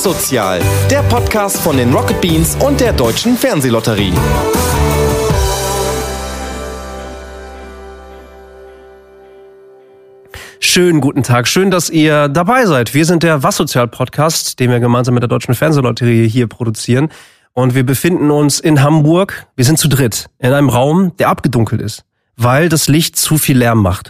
Was Sozial, der Podcast von den Rocket Beans und der Deutschen Fernsehlotterie. Schönen guten Tag, schön, dass ihr dabei seid. Wir sind der Was Sozial Podcast, den wir gemeinsam mit der Deutschen Fernsehlotterie hier produzieren. Und wir befinden uns in Hamburg. Wir sind zu dritt in einem Raum, der abgedunkelt ist, weil das Licht zu viel Lärm macht.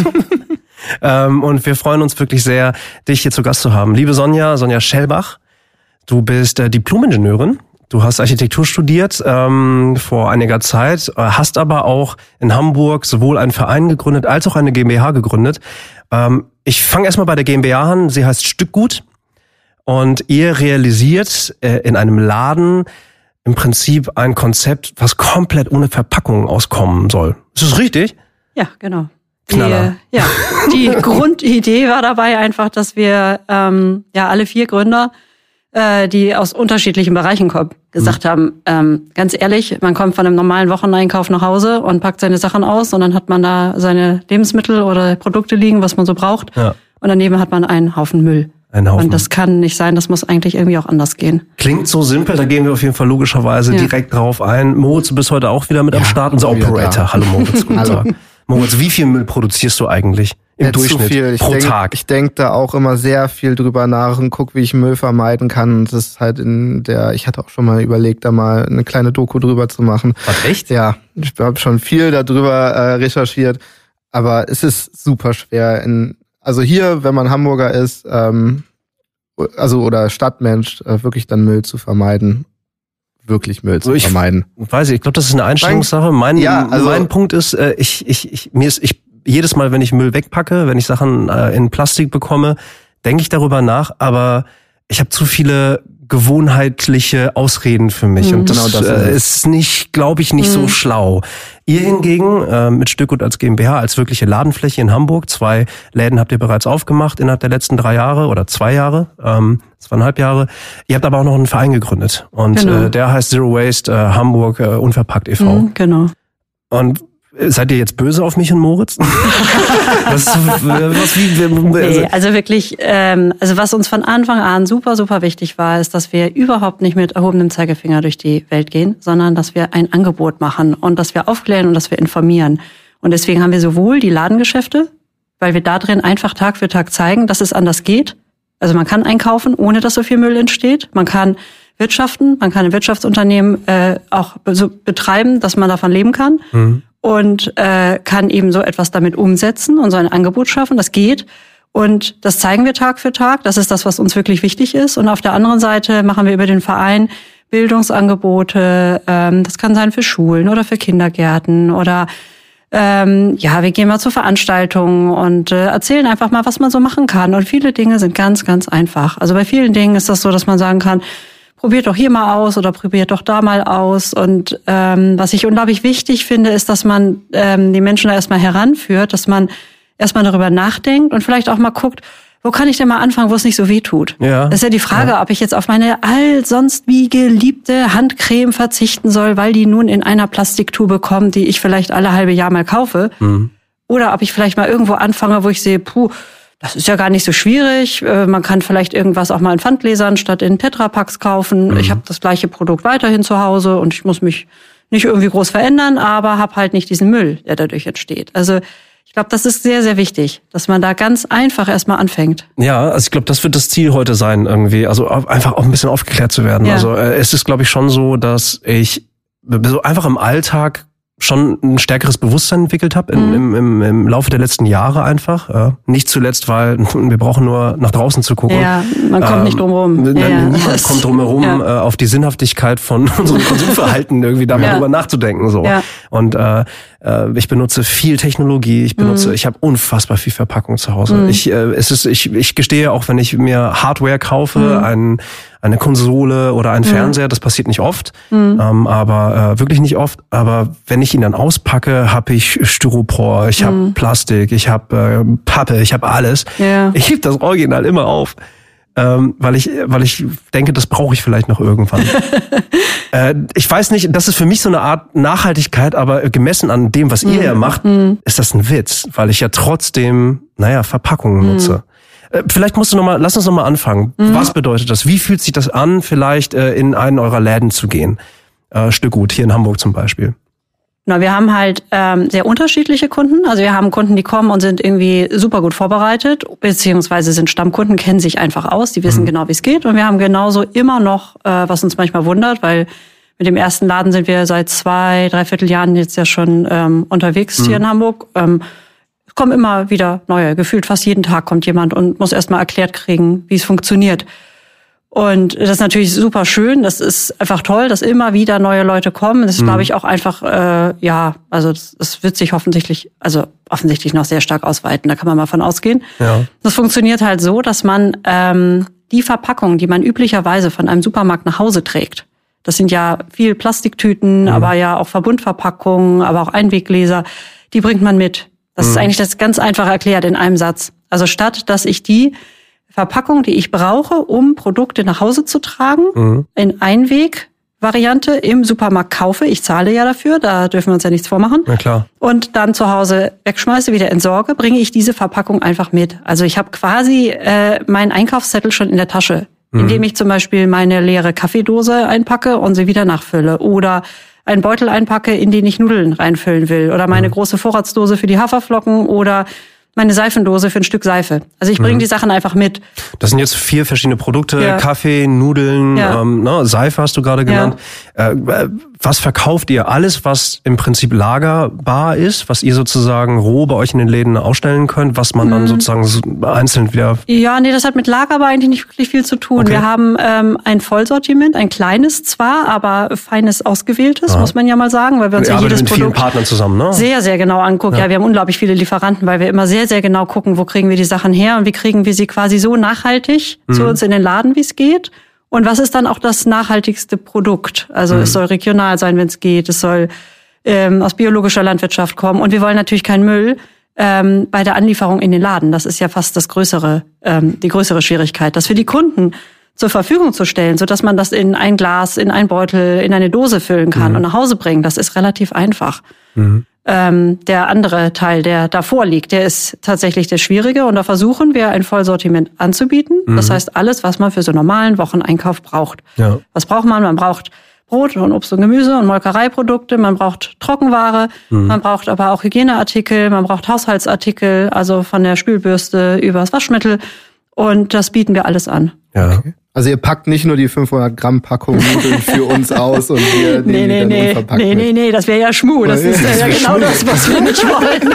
Und wir freuen uns wirklich sehr, dich hier zu Gast zu haben. Liebe Sonja Schellbach, du bist Diplom-Ingenieurin. Du hast Architektur studiert vor einiger Zeit, hast aber auch in Hamburg sowohl einen Verein gegründet als auch eine GmbH gegründet. Ich fange erstmal bei der GmbH an. Sie heißt Stückgut. Und ihr realisiert in einem Laden im Prinzip ein Konzept, was komplett ohne Verpackung auskommen soll. Ist das richtig? Ja, genau. Die Grundidee war dabei einfach, dass wir alle 4 Gründer, die aus unterschiedlichen Bereichen kommen, gesagt haben, ganz ehrlich, man kommt von einem normalen Wocheneinkauf nach Hause und packt seine Sachen aus und dann hat man da seine Lebensmittel oder Produkte liegen, was man so braucht. Ja. Und daneben hat man einen Haufen Müll. Und das kann nicht sein, das muss eigentlich irgendwie auch anders gehen. Klingt so simpel, da gehen wir auf jeden Fall logischerweise direkt drauf ein. Moritz, du bist heute auch wieder mit am Start, unser Operator. Hallo Moritz, guten Tag. Moritz, wie viel Müll produzierst du eigentlich im Durchschnitt zu viel. Pro Tag? Ich denke da auch immer sehr viel drüber nach und guck, wie ich Müll vermeiden kann. Und das ist halt ich hatte auch schon mal überlegt, da mal eine kleine Doku drüber zu machen. Was, echt? Ja, ich habe schon viel darüber recherchiert, aber es ist super schwer. Also hier, wenn man Hamburger ist, oder Stadtmensch, wirklich dann Müll zu vermeiden. Wirklich Müll zu vermeiden. Ich glaube, das ist eine Einstellungssache. Mein Punkt ist, jedes Mal, wenn ich Müll wegpacke, wenn ich Sachen in Plastik bekomme, denke ich darüber nach, aber ich habe zu viele gewohnheitliche Ausreden für mich. Und das ist nicht, glaube ich, nicht so schlau. Ihr hingegen mit Stückgut als GmbH, als wirkliche Ladenfläche in Hamburg, 2 Läden habt ihr bereits aufgemacht innerhalb der letzten 3 Jahre oder 2 Jahre, 2,5 Jahre. Ihr habt aber auch noch einen Verein gegründet und der heißt Zero Waste Hamburg Unverpackt e.V. Genau. Und seid ihr jetzt böse auf mich und Moritz? Also wirklich, was uns von Anfang an super, super wichtig war, ist, dass wir überhaupt nicht mit erhobenem Zeigefinger durch die Welt gehen, sondern dass wir ein Angebot machen und dass wir aufklären und dass wir informieren. Und deswegen haben wir sowohl die Ladengeschäfte, weil wir da drin einfach Tag für Tag zeigen, dass es anders geht. Also man kann einkaufen, ohne dass so viel Müll entsteht. Man kann wirtschaften, man kann ein Wirtschaftsunternehmen auch so betreiben, dass man davon leben kann. Und kann eben so etwas damit umsetzen und so ein Angebot schaffen. Das geht. Und das zeigen wir Tag für Tag. Das ist das, was uns wirklich wichtig ist. Und auf der anderen Seite machen wir über den Verein Bildungsangebote. Das kann sein für Schulen oder für Kindergärten oder wir gehen mal zu Veranstaltungen und erzählen einfach mal, was man so machen kann. Und viele Dinge sind ganz, ganz einfach. Also bei vielen Dingen ist das so, dass man sagen kann, probiert doch hier mal aus oder probiert doch da mal aus. Und was ich unglaublich wichtig finde, ist, dass man die Menschen da erstmal heranführt, dass man erstmal darüber nachdenkt und vielleicht auch mal guckt, wo kann ich denn mal anfangen, wo es nicht so weh tut? Ja. Das ist ja die Frage, ob ich jetzt auf meine sonst wie geliebte Handcreme verzichten soll, weil die nun in einer Plastiktube kommt, die ich vielleicht alle halbe Jahr mal kaufe. Oder ob ich vielleicht mal irgendwo anfange, wo ich sehe, das ist ja gar nicht so schwierig. Man kann vielleicht irgendwas auch mal in Pfandgläsern statt in Tetrapacks kaufen. Ich habe das gleiche Produkt weiterhin zu Hause und ich muss mich nicht irgendwie groß verändern, aber habe halt nicht diesen Müll, der dadurch entsteht. Also ich glaube, das ist sehr, sehr wichtig, dass man da ganz einfach erstmal anfängt. Ja, also ich glaube, das wird das Ziel heute sein irgendwie. Also einfach auch ein bisschen aufgeklärt zu werden. Ja. Also es ist, glaube ich, schon so, dass ich so einfach im Alltag schon ein stärkeres Bewusstsein entwickelt habe im Laufe der letzten Jahre einfach. Nicht zuletzt, weil wir brauchen nur nach draußen zu gucken. Ja, man kommt nicht drum rum. Niemand kommt drum herum, auf die Sinnhaftigkeit von unserem Konsumverhalten irgendwie darüber nachzudenken. So. Ja. Und ich benutze viel Technologie, ich habe unfassbar viel Verpackung zu Hause. Ich gestehe, auch wenn ich mir Hardware kaufe, eine Konsole oder ein Fernseher, das passiert nicht oft, aber wirklich nicht oft. Aber wenn ich ihn dann auspacke, habe ich Styropor, ich habe Plastik, ich habe Pappe, ich habe alles. Ja. Ich heb das Original immer auf. Weil ich denke, das brauche ich vielleicht noch irgendwann. Ich weiß nicht, das ist für mich so eine Art Nachhaltigkeit, aber gemessen an dem, was ihr ja macht, ist das ein Witz, weil ich ja trotzdem, Verpackungen nutze. Vielleicht lass uns noch mal anfangen. Was bedeutet das? Wie fühlt sich das an, vielleicht in einen eurer Läden zu gehen? Stückgut, hier in Hamburg zum Beispiel. Na, wir haben halt sehr unterschiedliche Kunden. Also wir haben Kunden, die kommen und sind irgendwie super gut vorbereitet, beziehungsweise sind Stammkunden, kennen sich einfach aus, die wissen genau, wie es geht. Und wir haben genauso immer noch, was uns manchmal wundert, weil mit dem ersten Laden sind wir seit 2-3 Jahren jetzt ja schon unterwegs hier in Hamburg. Es kommen immer wieder neue. Gefühlt fast jeden Tag kommt jemand und muss erstmal erklärt kriegen, wie es funktioniert. Und das ist natürlich super schön. Das ist einfach toll, dass immer wieder neue Leute kommen. Das ist, glaube ich, auch einfach, also das wird sich offensichtlich noch sehr stark ausweiten. Da kann man mal von ausgehen. Ja. Das funktioniert halt so, dass man die Verpackung, die man üblicherweise von einem Supermarkt nach Hause trägt, das sind ja viel Plastiktüten, aber ja auch Verbundverpackungen, aber auch Einweggläser, die bringt man mit. Das ist eigentlich das ganz einfach erklärt in einem Satz. Also statt, dass ich die Verpackung, die ich brauche, um Produkte nach Hause zu tragen, in Einwegvariante im Supermarkt kaufe. Ich zahle ja dafür, da dürfen wir uns ja nichts vormachen. Na klar. Und dann zu Hause wegschmeiße, wieder entsorge, bringe ich diese Verpackung einfach mit. Also ich habe quasi meinen Einkaufszettel schon in der Tasche, indem ich zum Beispiel meine leere Kaffeedose einpacke und sie wieder nachfülle. Oder einen Beutel einpacke, in den ich Nudeln reinfüllen will. Oder meine große Vorratsdose für die Haferflocken oder meine Seifendose für ein Stück Seife. Also ich bringe die Sachen einfach mit. Das sind jetzt 4 verschiedene Produkte. Ja. Kaffee, Nudeln, Seife hast du gerade genannt. Ja. Was verkauft ihr? Alles, was im Prinzip lagerbar ist, was ihr sozusagen roh bei euch in den Läden ausstellen könnt, was man dann sozusagen einzeln wieder... Ja, nee, das hat mit lagerbar eigentlich nicht wirklich viel zu tun. Okay. Wir haben ein Vollsortiment, ein kleines zwar, aber feines, ausgewähltes, muss man ja mal sagen, weil wir uns ja jedes mit Produkt vielen Partnern zusammen, ne? Sehr, sehr genau angucken. Ja, wir haben unglaublich viele Lieferanten, weil wir immer sehr, sehr genau gucken, wo kriegen wir die Sachen her und wie kriegen wir sie quasi so nachhaltig zu uns in den Laden, wie es geht. Und was ist dann auch das nachhaltigste Produkt? Also es soll regional sein, wenn es geht. Es soll aus biologischer Landwirtschaft kommen. Und wir wollen natürlich keinen Müll bei der Anlieferung in den Laden. Das ist ja fast die größere Schwierigkeit, das für die Kunden zur Verfügung zu stellen, sodass man das in ein Glas, in einen Beutel, in eine Dose füllen kann und nach Hause bringen. Das ist relativ einfach. Der andere Teil, der davor liegt, der ist tatsächlich der schwierige. Und da versuchen wir, ein Vollsortiment anzubieten. Das heißt, alles, was man für so normalen Wocheneinkauf braucht. Ja. Was braucht man? Man braucht Brot und Obst und Gemüse und Molkereiprodukte. Man braucht Trockenware. Man braucht aber auch Hygieneartikel. Man braucht Haushaltsartikel, also von der Spülbürste über das Waschmittel. Und das bieten wir alles an. Ja. Okay. Also ihr packt nicht nur die 500 Gramm Packung Nudeln für uns aus und wir nehmen die dann unverpackt mit. Nee, das wäre ja Schmuh. Das ist ja genau das, was wir nicht wollen.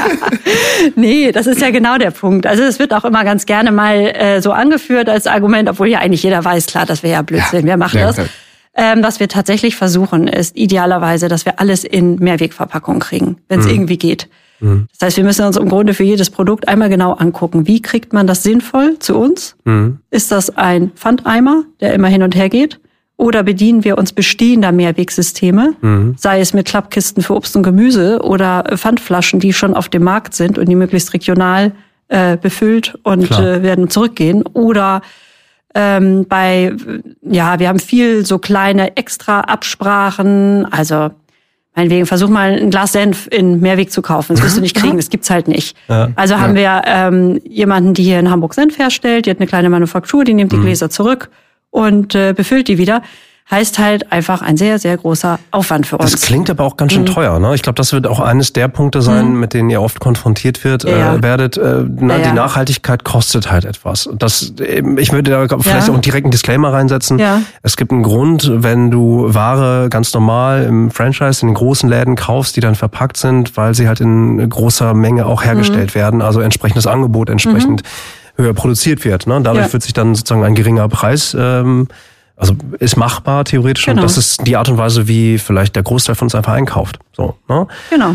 Nee, das ist ja genau der Punkt. Also es wird auch immer ganz gerne mal so angeführt als Argument, obwohl ja eigentlich jeder weiß, klar, das wäre ja Blödsinn, wer macht das? Was wir tatsächlich versuchen, ist idealerweise, dass wir alles in Mehrwegverpackung kriegen, wenn es irgendwie geht. Das heißt, wir müssen uns im Grunde für jedes Produkt einmal genau angucken, wie kriegt man das sinnvoll zu uns? Ist das ein Pfandeimer, der immer hin und her geht? Oder bedienen wir uns bestehender Mehrwegsysteme, sei es mit Klappkisten für Obst und Gemüse oder Pfandflaschen, die schon auf dem Markt sind und die möglichst regional befüllt und werden zurückgehen? Oder wir haben viel so kleine Extra-Absprachen, also meinetwegen, versuch mal ein Glas Senf in Mehrweg zu kaufen. Das wirst du nicht kriegen, das gibt's halt nicht. Ja. Also haben wir jemanden, die hier in Hamburg Senf herstellt, die hat eine kleine Manufaktur, die nimmt die Gläser zurück und befüllt die wieder. Heißt halt einfach ein sehr, sehr großer Aufwand für uns. Das klingt aber auch ganz schön teuer, ne? Ich glaube, das wird auch eines der Punkte sein, mit denen ihr oft konfrontiert werdet. Die Nachhaltigkeit kostet halt etwas. Ich würde da vielleicht auch einen direkten Disclaimer reinsetzen. Ja. Es gibt einen Grund, wenn du Ware ganz normal im Franchise, in den großen Läden kaufst, die dann verpackt sind, weil sie halt in großer Menge auch hergestellt werden, also entsprechendes Angebot entsprechend höher produziert wird. Ne? Dadurch wird sich dann sozusagen ein geringer Preis also ist machbar theoretisch und das ist die Art und Weise, wie vielleicht der Großteil von uns einfach einkauft. So, ne? Genau.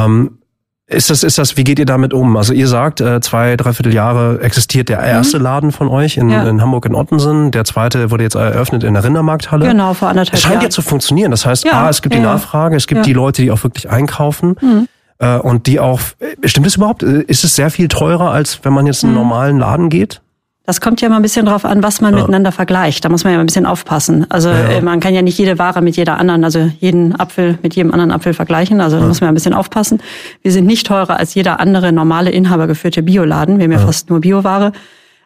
Wie geht ihr damit um? Also ihr sagt, 2-3 Jahre existiert der erste Laden von euch in Hamburg in Ottensen. Der zweite wurde jetzt eröffnet in der Rindermarkthalle. Genau, vor 1,5 Jahren. Es scheint ja zu funktionieren. Das heißt, es gibt die Nachfrage, es gibt die Leute, die auch wirklich einkaufen. Und die auch, stimmt das überhaupt? Ist es sehr viel teurer, als wenn man jetzt in einen normalen Laden geht? Das kommt ja mal ein bisschen drauf an, was man miteinander vergleicht. Da muss man ja ein bisschen aufpassen. Also man kann ja nicht jede Ware mit jeder anderen, also jeden Apfel mit jedem anderen Apfel vergleichen. Also da muss man ein bisschen aufpassen. Wir sind nicht teurer als jeder andere normale inhabergeführte Bioladen. Wir haben ja fast nur Bioware.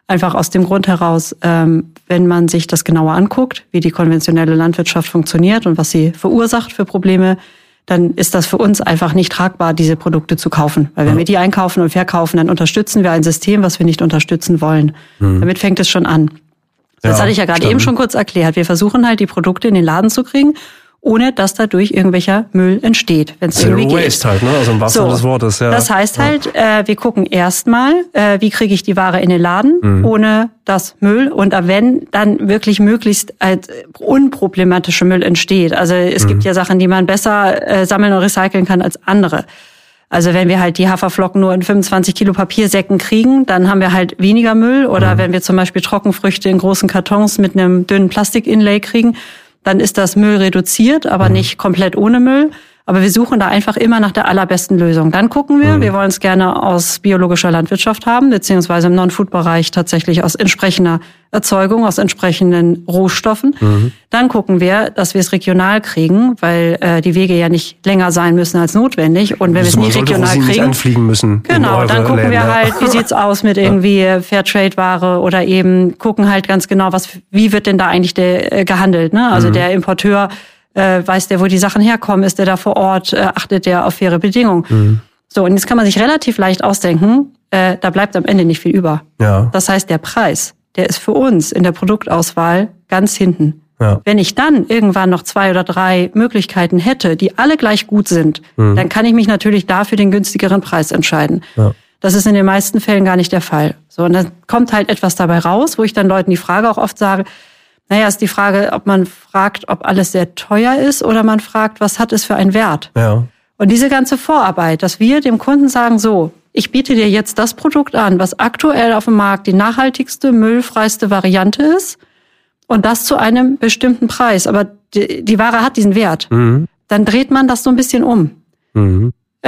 Einfach aus dem Grund heraus, wenn man sich das genauer anguckt, wie die konventionelle Landwirtschaft funktioniert und was sie verursacht für Probleme, dann ist das für uns einfach nicht tragbar, diese Produkte zu kaufen. Weil wenn wir die einkaufen und verkaufen, dann unterstützen wir ein System, was wir nicht unterstützen wollen. Damit fängt es schon an. Das hatte ich ja gerade eben schon kurz erklärt. Wir versuchen halt, die Produkte in den Laden zu kriegen, ohne dass dadurch irgendwelcher Müll entsteht, wenn es irgendwie geht. Waste halt, ne? Also im wahrsten Sinne des Wortes. Ja. Das heißt halt, wir gucken erstmal, wie kriege ich die Ware in den Laden, ohne dass Müll und wenn dann wirklich möglichst als unproblematischer Müll entsteht. Also es gibt ja Sachen, die man besser sammeln und recyceln kann als andere. Also wenn wir halt die Haferflocken nur in 25 Kilo Papiersäcken kriegen, dann haben wir halt weniger Müll. Oder wenn wir zum Beispiel Trockenfrüchte in großen Kartons mit einem dünnen Plastik-Inlay kriegen, dann ist das Müll reduziert, aber nicht komplett ohne Müll. Aber wir suchen da einfach immer nach der allerbesten Lösung. Dann gucken wir wollen es gerne aus biologischer Landwirtschaft haben, beziehungsweise im Non-Food-Bereich tatsächlich aus entsprechender Erzeugung, aus entsprechenden Rohstoffen. Dann gucken wir, dass wir es regional kriegen, weil die Wege ja nicht länger sein müssen als notwendig. Und wenn wir es nicht regional kriegen, nicht anfliegen müssen. Genau, dann gucken wir halt, wie sieht's aus mit irgendwie Fairtrade-Ware oder eben gucken halt ganz genau, wie wird denn da eigentlich gehandelt, ne? Also der Importeur, weiß der, wo die Sachen herkommen? Ist der da vor Ort? Achtet der auf faire Bedingungen? So, und jetzt kann man sich relativ leicht ausdenken, da bleibt am Ende nicht viel über. Ja. Das heißt, der Preis, der ist für uns in der Produktauswahl ganz hinten. Ja. Wenn ich dann irgendwann noch 2 oder 3 Möglichkeiten hätte, die alle gleich gut sind, dann kann ich mich natürlich dafür den günstigeren Preis entscheiden. Ja. Das ist in den meisten Fällen gar nicht der Fall. So, und dann kommt halt etwas dabei raus, wo ich dann Leuten die Frage auch oft sage, naja, ist die Frage, ob man fragt, ob alles sehr teuer ist oder man fragt, was hat es für einen Wert? Ja. Und diese ganze Vorarbeit, dass wir dem Kunden sagen, so, ich biete dir jetzt das Produkt an, was aktuell auf dem Markt die nachhaltigste, müllfreiste Variante ist und das zu einem bestimmten Preis, aber die Ware hat diesen Wert. Dann dreht man das so ein bisschen um. Und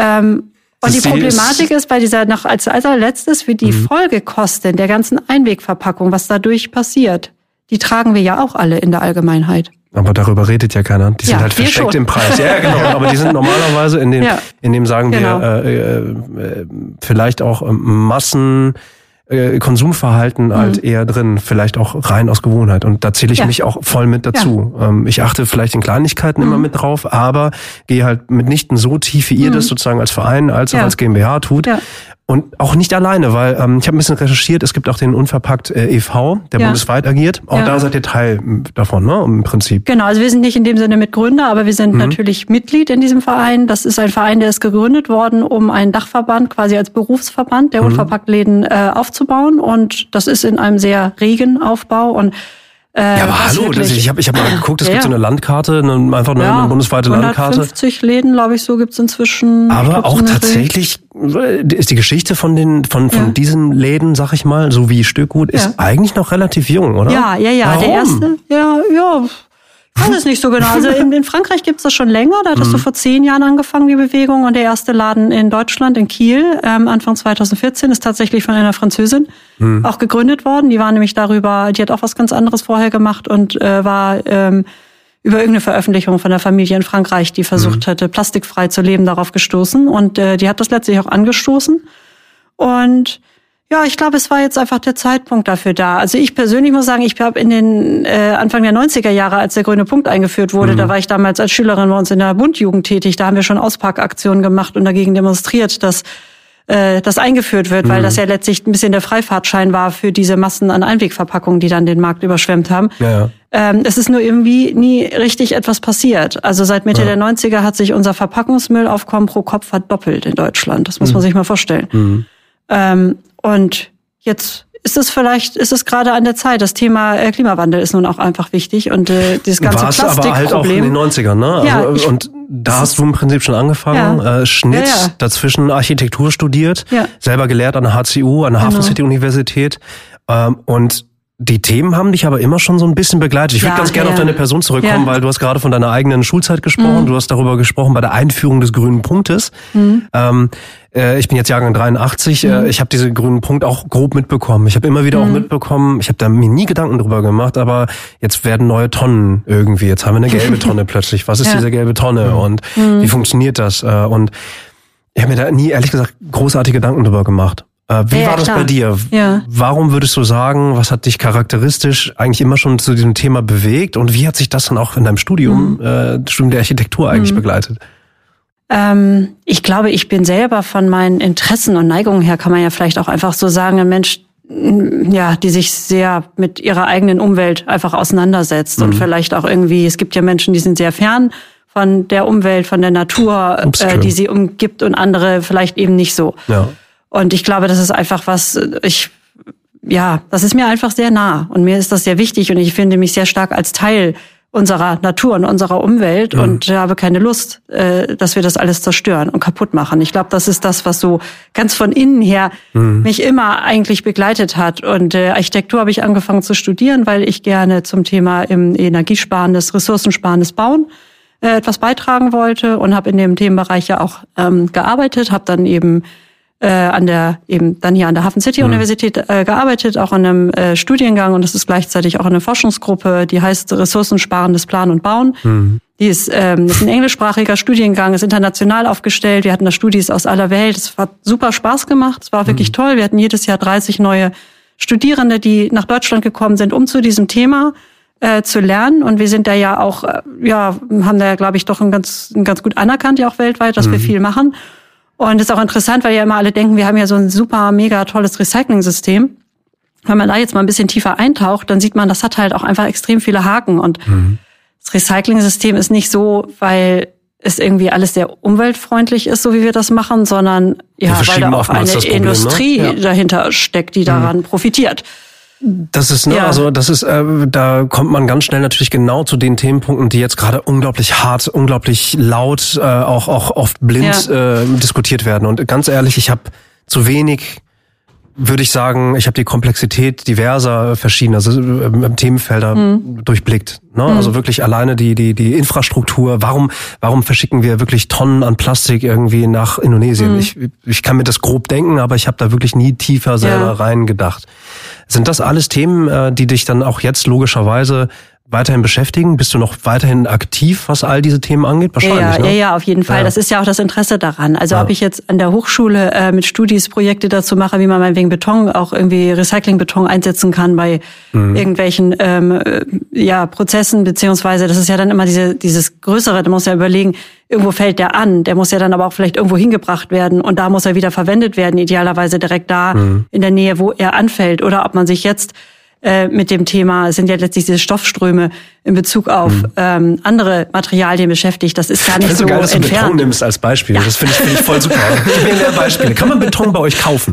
die Problematik ist bei dieser noch als allerletztes für die Folgekosten der ganzen Einwegverpackung, was dadurch passiert. Die tragen wir ja auch alle in der Allgemeinheit. Aber darüber redet ja keiner. Die sind halt versteckt im Preis. Ja, genau. Aber die sind normalerweise in dem sagen wir, vielleicht auch Konsumverhalten halt eher drin, vielleicht auch rein aus Gewohnheit. Und da zähle ich mich auch voll mit dazu. Ich achte vielleicht in Kleinigkeiten immer mit drauf, aber gehe halt mitnichten so tief, wie ihr das sozusagen als Verein, als auch als GmbH tut. Ja. Und auch nicht alleine, weil ich habe ein bisschen recherchiert, es gibt auch den Unverpackt e.V., der bundesweit agiert. Auch da seid ihr Teil davon, ne, im Prinzip. Genau, also wir sind nicht in dem Sinne Mitgründer, aber wir sind natürlich Mitglied in diesem Verein. Das ist ein Verein, der ist gegründet worden, um einen Dachverband, quasi als Berufsverband der Unverpacktläden aufzubauen. Und das ist in einem sehr regen Aufbau und aber hallo, ich hab mal geguckt, es gibt so eine Landkarte, einfach eine bundesweite Landkarte. 150 Läden, glaube ich, so gibt's inzwischen. Aber auch tatsächlich ist die Geschichte von diesen Läden, sag ich mal, so wie Stückgut, ist eigentlich noch relativ jung, oder? Ja. Warum? Der erste, ich weiß es nicht so genau. Also in Frankreich gibt's das schon länger. Da hat das so vor 10 Jahren angefangen, die Bewegung. Und der erste Laden in Deutschland, in Kiel, Anfang 2014, ist tatsächlich von einer Französin auch gegründet worden. Die war nämlich die hat auch was ganz anderes vorher gemacht und war über irgendeine Veröffentlichung von der Familie in Frankreich, die versucht hatte, plastikfrei zu leben, darauf gestoßen. Und die hat das letztlich auch angestoßen. Und ja, ich glaube, es war jetzt einfach der Zeitpunkt dafür da. Also ich persönlich muss sagen, ich habe in den Anfang der 90er Jahre, als der Grüne Punkt eingeführt wurde, da war ich damals als Schülerin bei uns in der Bundjugend tätig. Da haben wir schon Ausparkaktionen gemacht und dagegen demonstriert, dass das eingeführt wird, weil das ja letztlich ein bisschen der Freifahrtschein war für diese Massen an Einwegverpackungen, die dann den Markt überschwemmt haben. Ja. Es ist nur irgendwie nie richtig etwas passiert. Also seit Mitte der 90er hat sich unser Verpackungsmüllaufkommen pro Kopf verdoppelt in Deutschland. Das muss man sich mal vorstellen. Und jetzt ist es gerade an der Zeit. Das Thema Klimawandel ist nun auch einfach wichtig und dieses ganze Plastikproblem. Aber halt auch in den 90ern, ne? Ja, und da hast du im Prinzip schon angefangen, Schnitt, dazwischen Architektur studiert, selber gelehrt an der HCU, an der Hafen City Universität und die Themen haben dich aber immer schon so ein bisschen begleitet. Ich würde ganz gerne auf deine Person zurückkommen, weil du hast gerade von deiner eigenen Schulzeit gesprochen. Du hast darüber gesprochen bei der Einführung des grünen Punktes. Ich bin jetzt Jahrgang 83. Ich habe diesen grünen Punkt auch grob mitbekommen. Ich habe immer wieder auch mitbekommen, ich habe da mir nie Gedanken drüber gemacht, aber jetzt werden neue Tonnen irgendwie. Jetzt haben wir eine gelbe Tonne plötzlich. Was ist diese gelbe Tonne und wie funktioniert das? Und ich habe mir da nie, ehrlich gesagt, großartige Gedanken drüber gemacht. Wie war das bei dir? Ja. Warum würdest du sagen, was hat dich charakteristisch eigentlich immer schon zu diesem Thema bewegt und wie hat sich das dann auch in deinem Studium, Studium der Architektur eigentlich begleitet? Ich glaube, ich bin selber von meinen Interessen und Neigungen her, kann man ja vielleicht auch einfach so sagen, ein Mensch, ja, die sich sehr mit ihrer eigenen Umwelt einfach auseinandersetzt und vielleicht auch irgendwie, es gibt ja Menschen, die sind sehr fern von der Umwelt, von der Natur, die sie umgibt und andere vielleicht eben nicht so. Ja. Und ich glaube, das ist einfach das ist mir einfach sehr nah und mir ist das sehr wichtig und ich finde mich sehr stark als Teil unserer Natur und unserer Umwelt und habe keine Lust, dass wir das alles zerstören und kaputt machen. Ich glaube, das ist das, was so ganz von innen her mich immer eigentlich begleitet hat. Und Architektur habe ich angefangen zu studieren, weil ich gerne zum Thema im energiesparendes, ressourcensparendes Bauen etwas beitragen wollte und habe in dem Themenbereich ja auch gearbeitet, habe dann eben an der Hafen City Universität gearbeitet, auch an einem Studiengang und das ist gleichzeitig auch eine Forschungsgruppe, die heißt ressourcensparendes Planen und Bauen. Die ist ein englischsprachiger Studiengang, ist international aufgestellt. Wir hatten da Studis aus aller Welt. Es hat super Spaß gemacht. Es war wirklich toll. Wir hatten jedes Jahr 30 neue Studierende, die nach Deutschland gekommen sind, um zu diesem Thema zu lernen. Und wir sind da ja auch, haben da ja, glaube ich, doch ganz gut anerkannt, ja auch weltweit, dass wir viel machen. Und das ist auch interessant, weil ja immer alle denken, wir haben ja so ein super, mega tolles Recycling-System. Wenn man da jetzt mal ein bisschen tiefer eintaucht, dann sieht man, das hat halt auch einfach extrem viele Haken. Und das Recycling-System ist nicht so, weil es irgendwie alles sehr umweltfreundlich ist, so wie wir das machen, sondern weil da auch eine Industrie dahinter steckt, die daran profitiert. Das ist, also das ist, da kommt man ganz schnell natürlich genau zu den Themenpunkten, die jetzt gerade unglaublich hart, unglaublich laut, auch oft blind diskutiert werden. Und ganz ehrlich, ich habe zu wenig, würde ich sagen, ich habe die Komplexität diverser verschiedener Themenfelder durchblickt. Ne? Also wirklich alleine die Infrastruktur. Warum verschicken wir wirklich Tonnen an Plastik irgendwie nach Indonesien? Ich kann mir das grob denken, aber ich habe da wirklich nie tiefer selber reingedacht. Sind das alles Themen, die dich dann auch jetzt logischerweise weiterhin beschäftigen? Bist du noch weiterhin aktiv, was all diese Themen angeht? Wahrscheinlich, ne? Ja, auf jeden Fall. Das ist ja auch das Interesse daran. Also ob ich jetzt an der Hochschule mit Studis Projekte dazu mache, wie man meinetwegen Beton, auch irgendwie Recyclingbeton einsetzen kann bei irgendwelchen Prozessen, beziehungsweise das ist ja dann immer dieses Größere, da muss ja überlegen, irgendwo fällt der an, der muss ja dann aber auch vielleicht irgendwo hingebracht werden und da muss er wieder verwendet werden, idealerweise direkt da in der Nähe, wo er anfällt. Oder ob man sich jetzt mit dem Thema, es sind ja letztlich diese Stoffströme in Bezug auf andere Materialien beschäftigt. Das ist gar nicht so entfernt. Dass du Beton nimmst als Beispiel. Ja. Das finde ich voll super. Gib mir mehr Beispiele. Kann man Beton bei euch kaufen?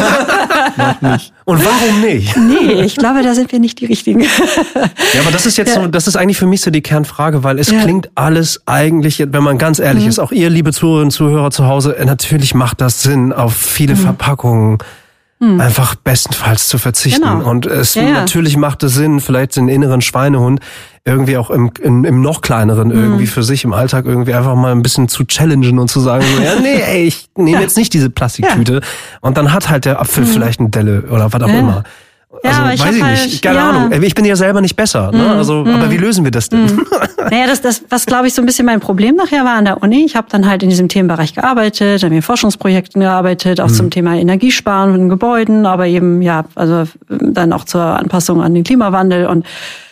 Noch nicht. Und warum nicht? Nee, ich glaube, da sind wir nicht die Richtigen. Ja, aber das ist jetzt so, das ist eigentlich für mich so die Kernfrage, weil es klingt alles eigentlich, wenn man ganz ehrlich ist, auch ihr, liebe Zuhörerinnen und Zuhörer zu Hause, natürlich macht das Sinn, auf viele Verpackungen einfach bestenfalls zu verzichten. Genau. Und es natürlich macht es Sinn, vielleicht den inneren Schweinehund irgendwie auch im noch kleineren irgendwie für sich im Alltag irgendwie einfach mal ein bisschen zu challengen und zu sagen, ich nehme jetzt nicht diese Plastiktüte. Und dann hat halt der Apfel vielleicht eine Delle oder was auch immer. Also, aber weiß ich nicht. Keine Ahnung. Ich bin ja selber nicht besser. Ne? Also, aber wie lösen wir das denn? Naja, das, was glaube ich so ein bisschen mein Problem nachher war an der Uni. Ich habe dann halt in diesem Themenbereich gearbeitet, habe in Forschungsprojekten gearbeitet, auch zum Thema Energiesparen von Gebäuden, aber eben, also dann auch zur Anpassung an den Klimawandel und,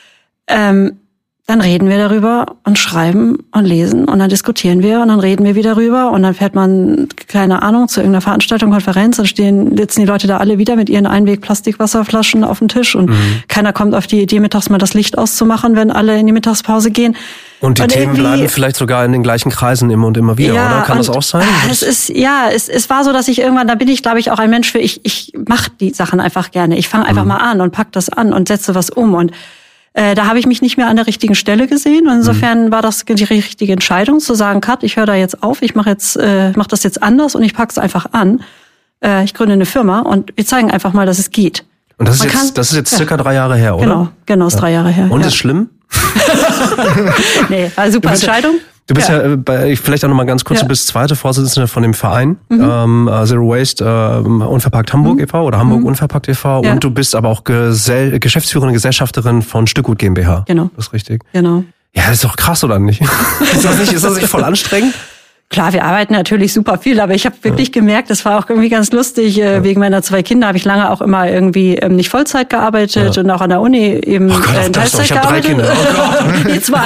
dann reden wir darüber und schreiben und lesen und dann diskutieren wir und dann reden wir wieder darüber und dann fährt man, keine Ahnung, zu irgendeiner Veranstaltung, Konferenz, dann sitzen die Leute da alle wieder mit ihren Einweg-Plastikwasserflaschen auf dem Tisch und keiner kommt auf die Idee, mittags mal das Licht auszumachen, wenn alle in die Mittagspause gehen. Und die Themen bleiben vielleicht sogar in den gleichen Kreisen immer und immer wieder, oder? Kann das auch sein? Es war so, dass ich irgendwann, da bin ich, glaube ich, auch ein Mensch für, ich mache die Sachen einfach gerne. Ich fange einfach mal an und pack das an und setze was um und da habe ich mich nicht mehr an der richtigen Stelle gesehen und insofern war das die richtige Entscheidung, zu sagen, Kat, ich höre da jetzt auf, ich mache das jetzt anders und ich pack's einfach an. Ich gründe eine Firma und wir zeigen einfach mal, dass es geht. Und das ist jetzt circa 3 Jahre her, oder? Genau, ist 3 Jahre her. Und ist schlimm? Nee, war eine super Entscheidung. Du bist vielleicht auch noch mal ganz kurz, du bist zweite Vorsitzende von dem Verein Zero Waste Unverpackt Hamburg e.V. oder Hamburg Unverpackt e.V. Und du bist aber auch geschäftsführende Gesellschafterin von Stückgut GmbH. Genau. Das ist richtig. Genau. Ja, das ist doch krass, oder nicht? Ist das nicht voll anstrengend? Klar, wir arbeiten natürlich super viel, aber ich habe wirklich gemerkt, das war auch irgendwie ganz lustig. Wegen meiner 2 Kinder habe ich lange auch immer irgendwie nicht Vollzeit gearbeitet und auch an der Uni eben in Teilzeit gearbeitet. Ich habe 3 Kinder. Oh Gott. Die 2.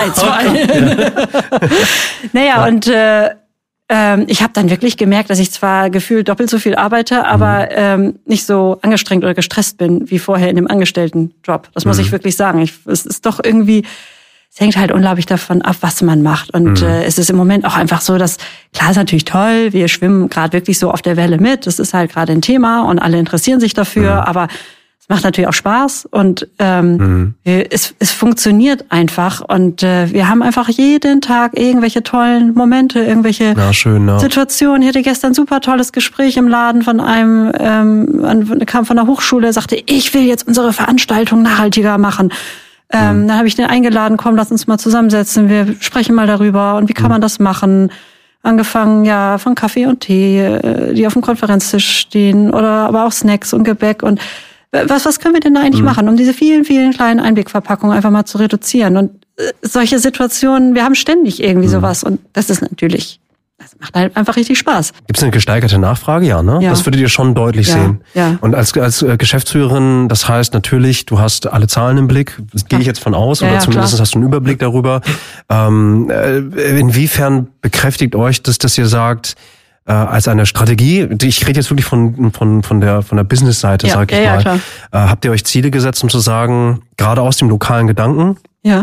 Naja, und ich habe dann wirklich gemerkt, dass ich zwar gefühlt doppelt so viel arbeite, aber nicht so angestrengt oder gestresst bin wie vorher in dem Angestelltenjob. Das muss ich wirklich sagen. Es ist doch irgendwie... Es hängt halt unglaublich davon ab, was man macht. Und es ist im Moment auch einfach so, dass, klar, ist natürlich toll, wir schwimmen gerade wirklich so auf der Welle mit. Das ist halt gerade ein Thema und alle interessieren sich dafür. Aber es macht natürlich auch Spaß und es funktioniert einfach. Und wir haben einfach jeden Tag irgendwelche tollen Momente, irgendwelche Situationen. Ich hatte gestern ein super tolles Gespräch im Laden von einem, kam von der Hochschule, sagte, ich will jetzt unsere Veranstaltung nachhaltiger machen. Dann habe ich den eingeladen, komm, lass uns mal zusammensetzen, wir sprechen mal darüber und wie kann man das machen. Angefangen von Kaffee und Tee, die auf dem Konferenztisch stehen oder aber auch Snacks und Gebäck und was können wir denn da eigentlich machen, um diese vielen, vielen kleinen Einwegverpackungen einfach mal zu reduzieren. Und solche Situationen, wir haben ständig irgendwie sowas und das ist natürlich... Das macht halt einfach richtig Spaß. Gibt es eine gesteigerte Nachfrage? Ja, ne? Ja. Das würdet ihr schon deutlich sehen. Ja. Und als Geschäftsführerin, das heißt natürlich, du hast alle Zahlen im Blick, das gehe ich jetzt von aus, oder zumindest hast du einen Überblick darüber. Inwiefern bekräftigt euch das, dass ihr sagt, als eine Strategie, ich rede jetzt wirklich von der Business-Seite, sag ich mal, habt ihr euch Ziele gesetzt, um zu sagen, gerade aus dem lokalen Gedanken,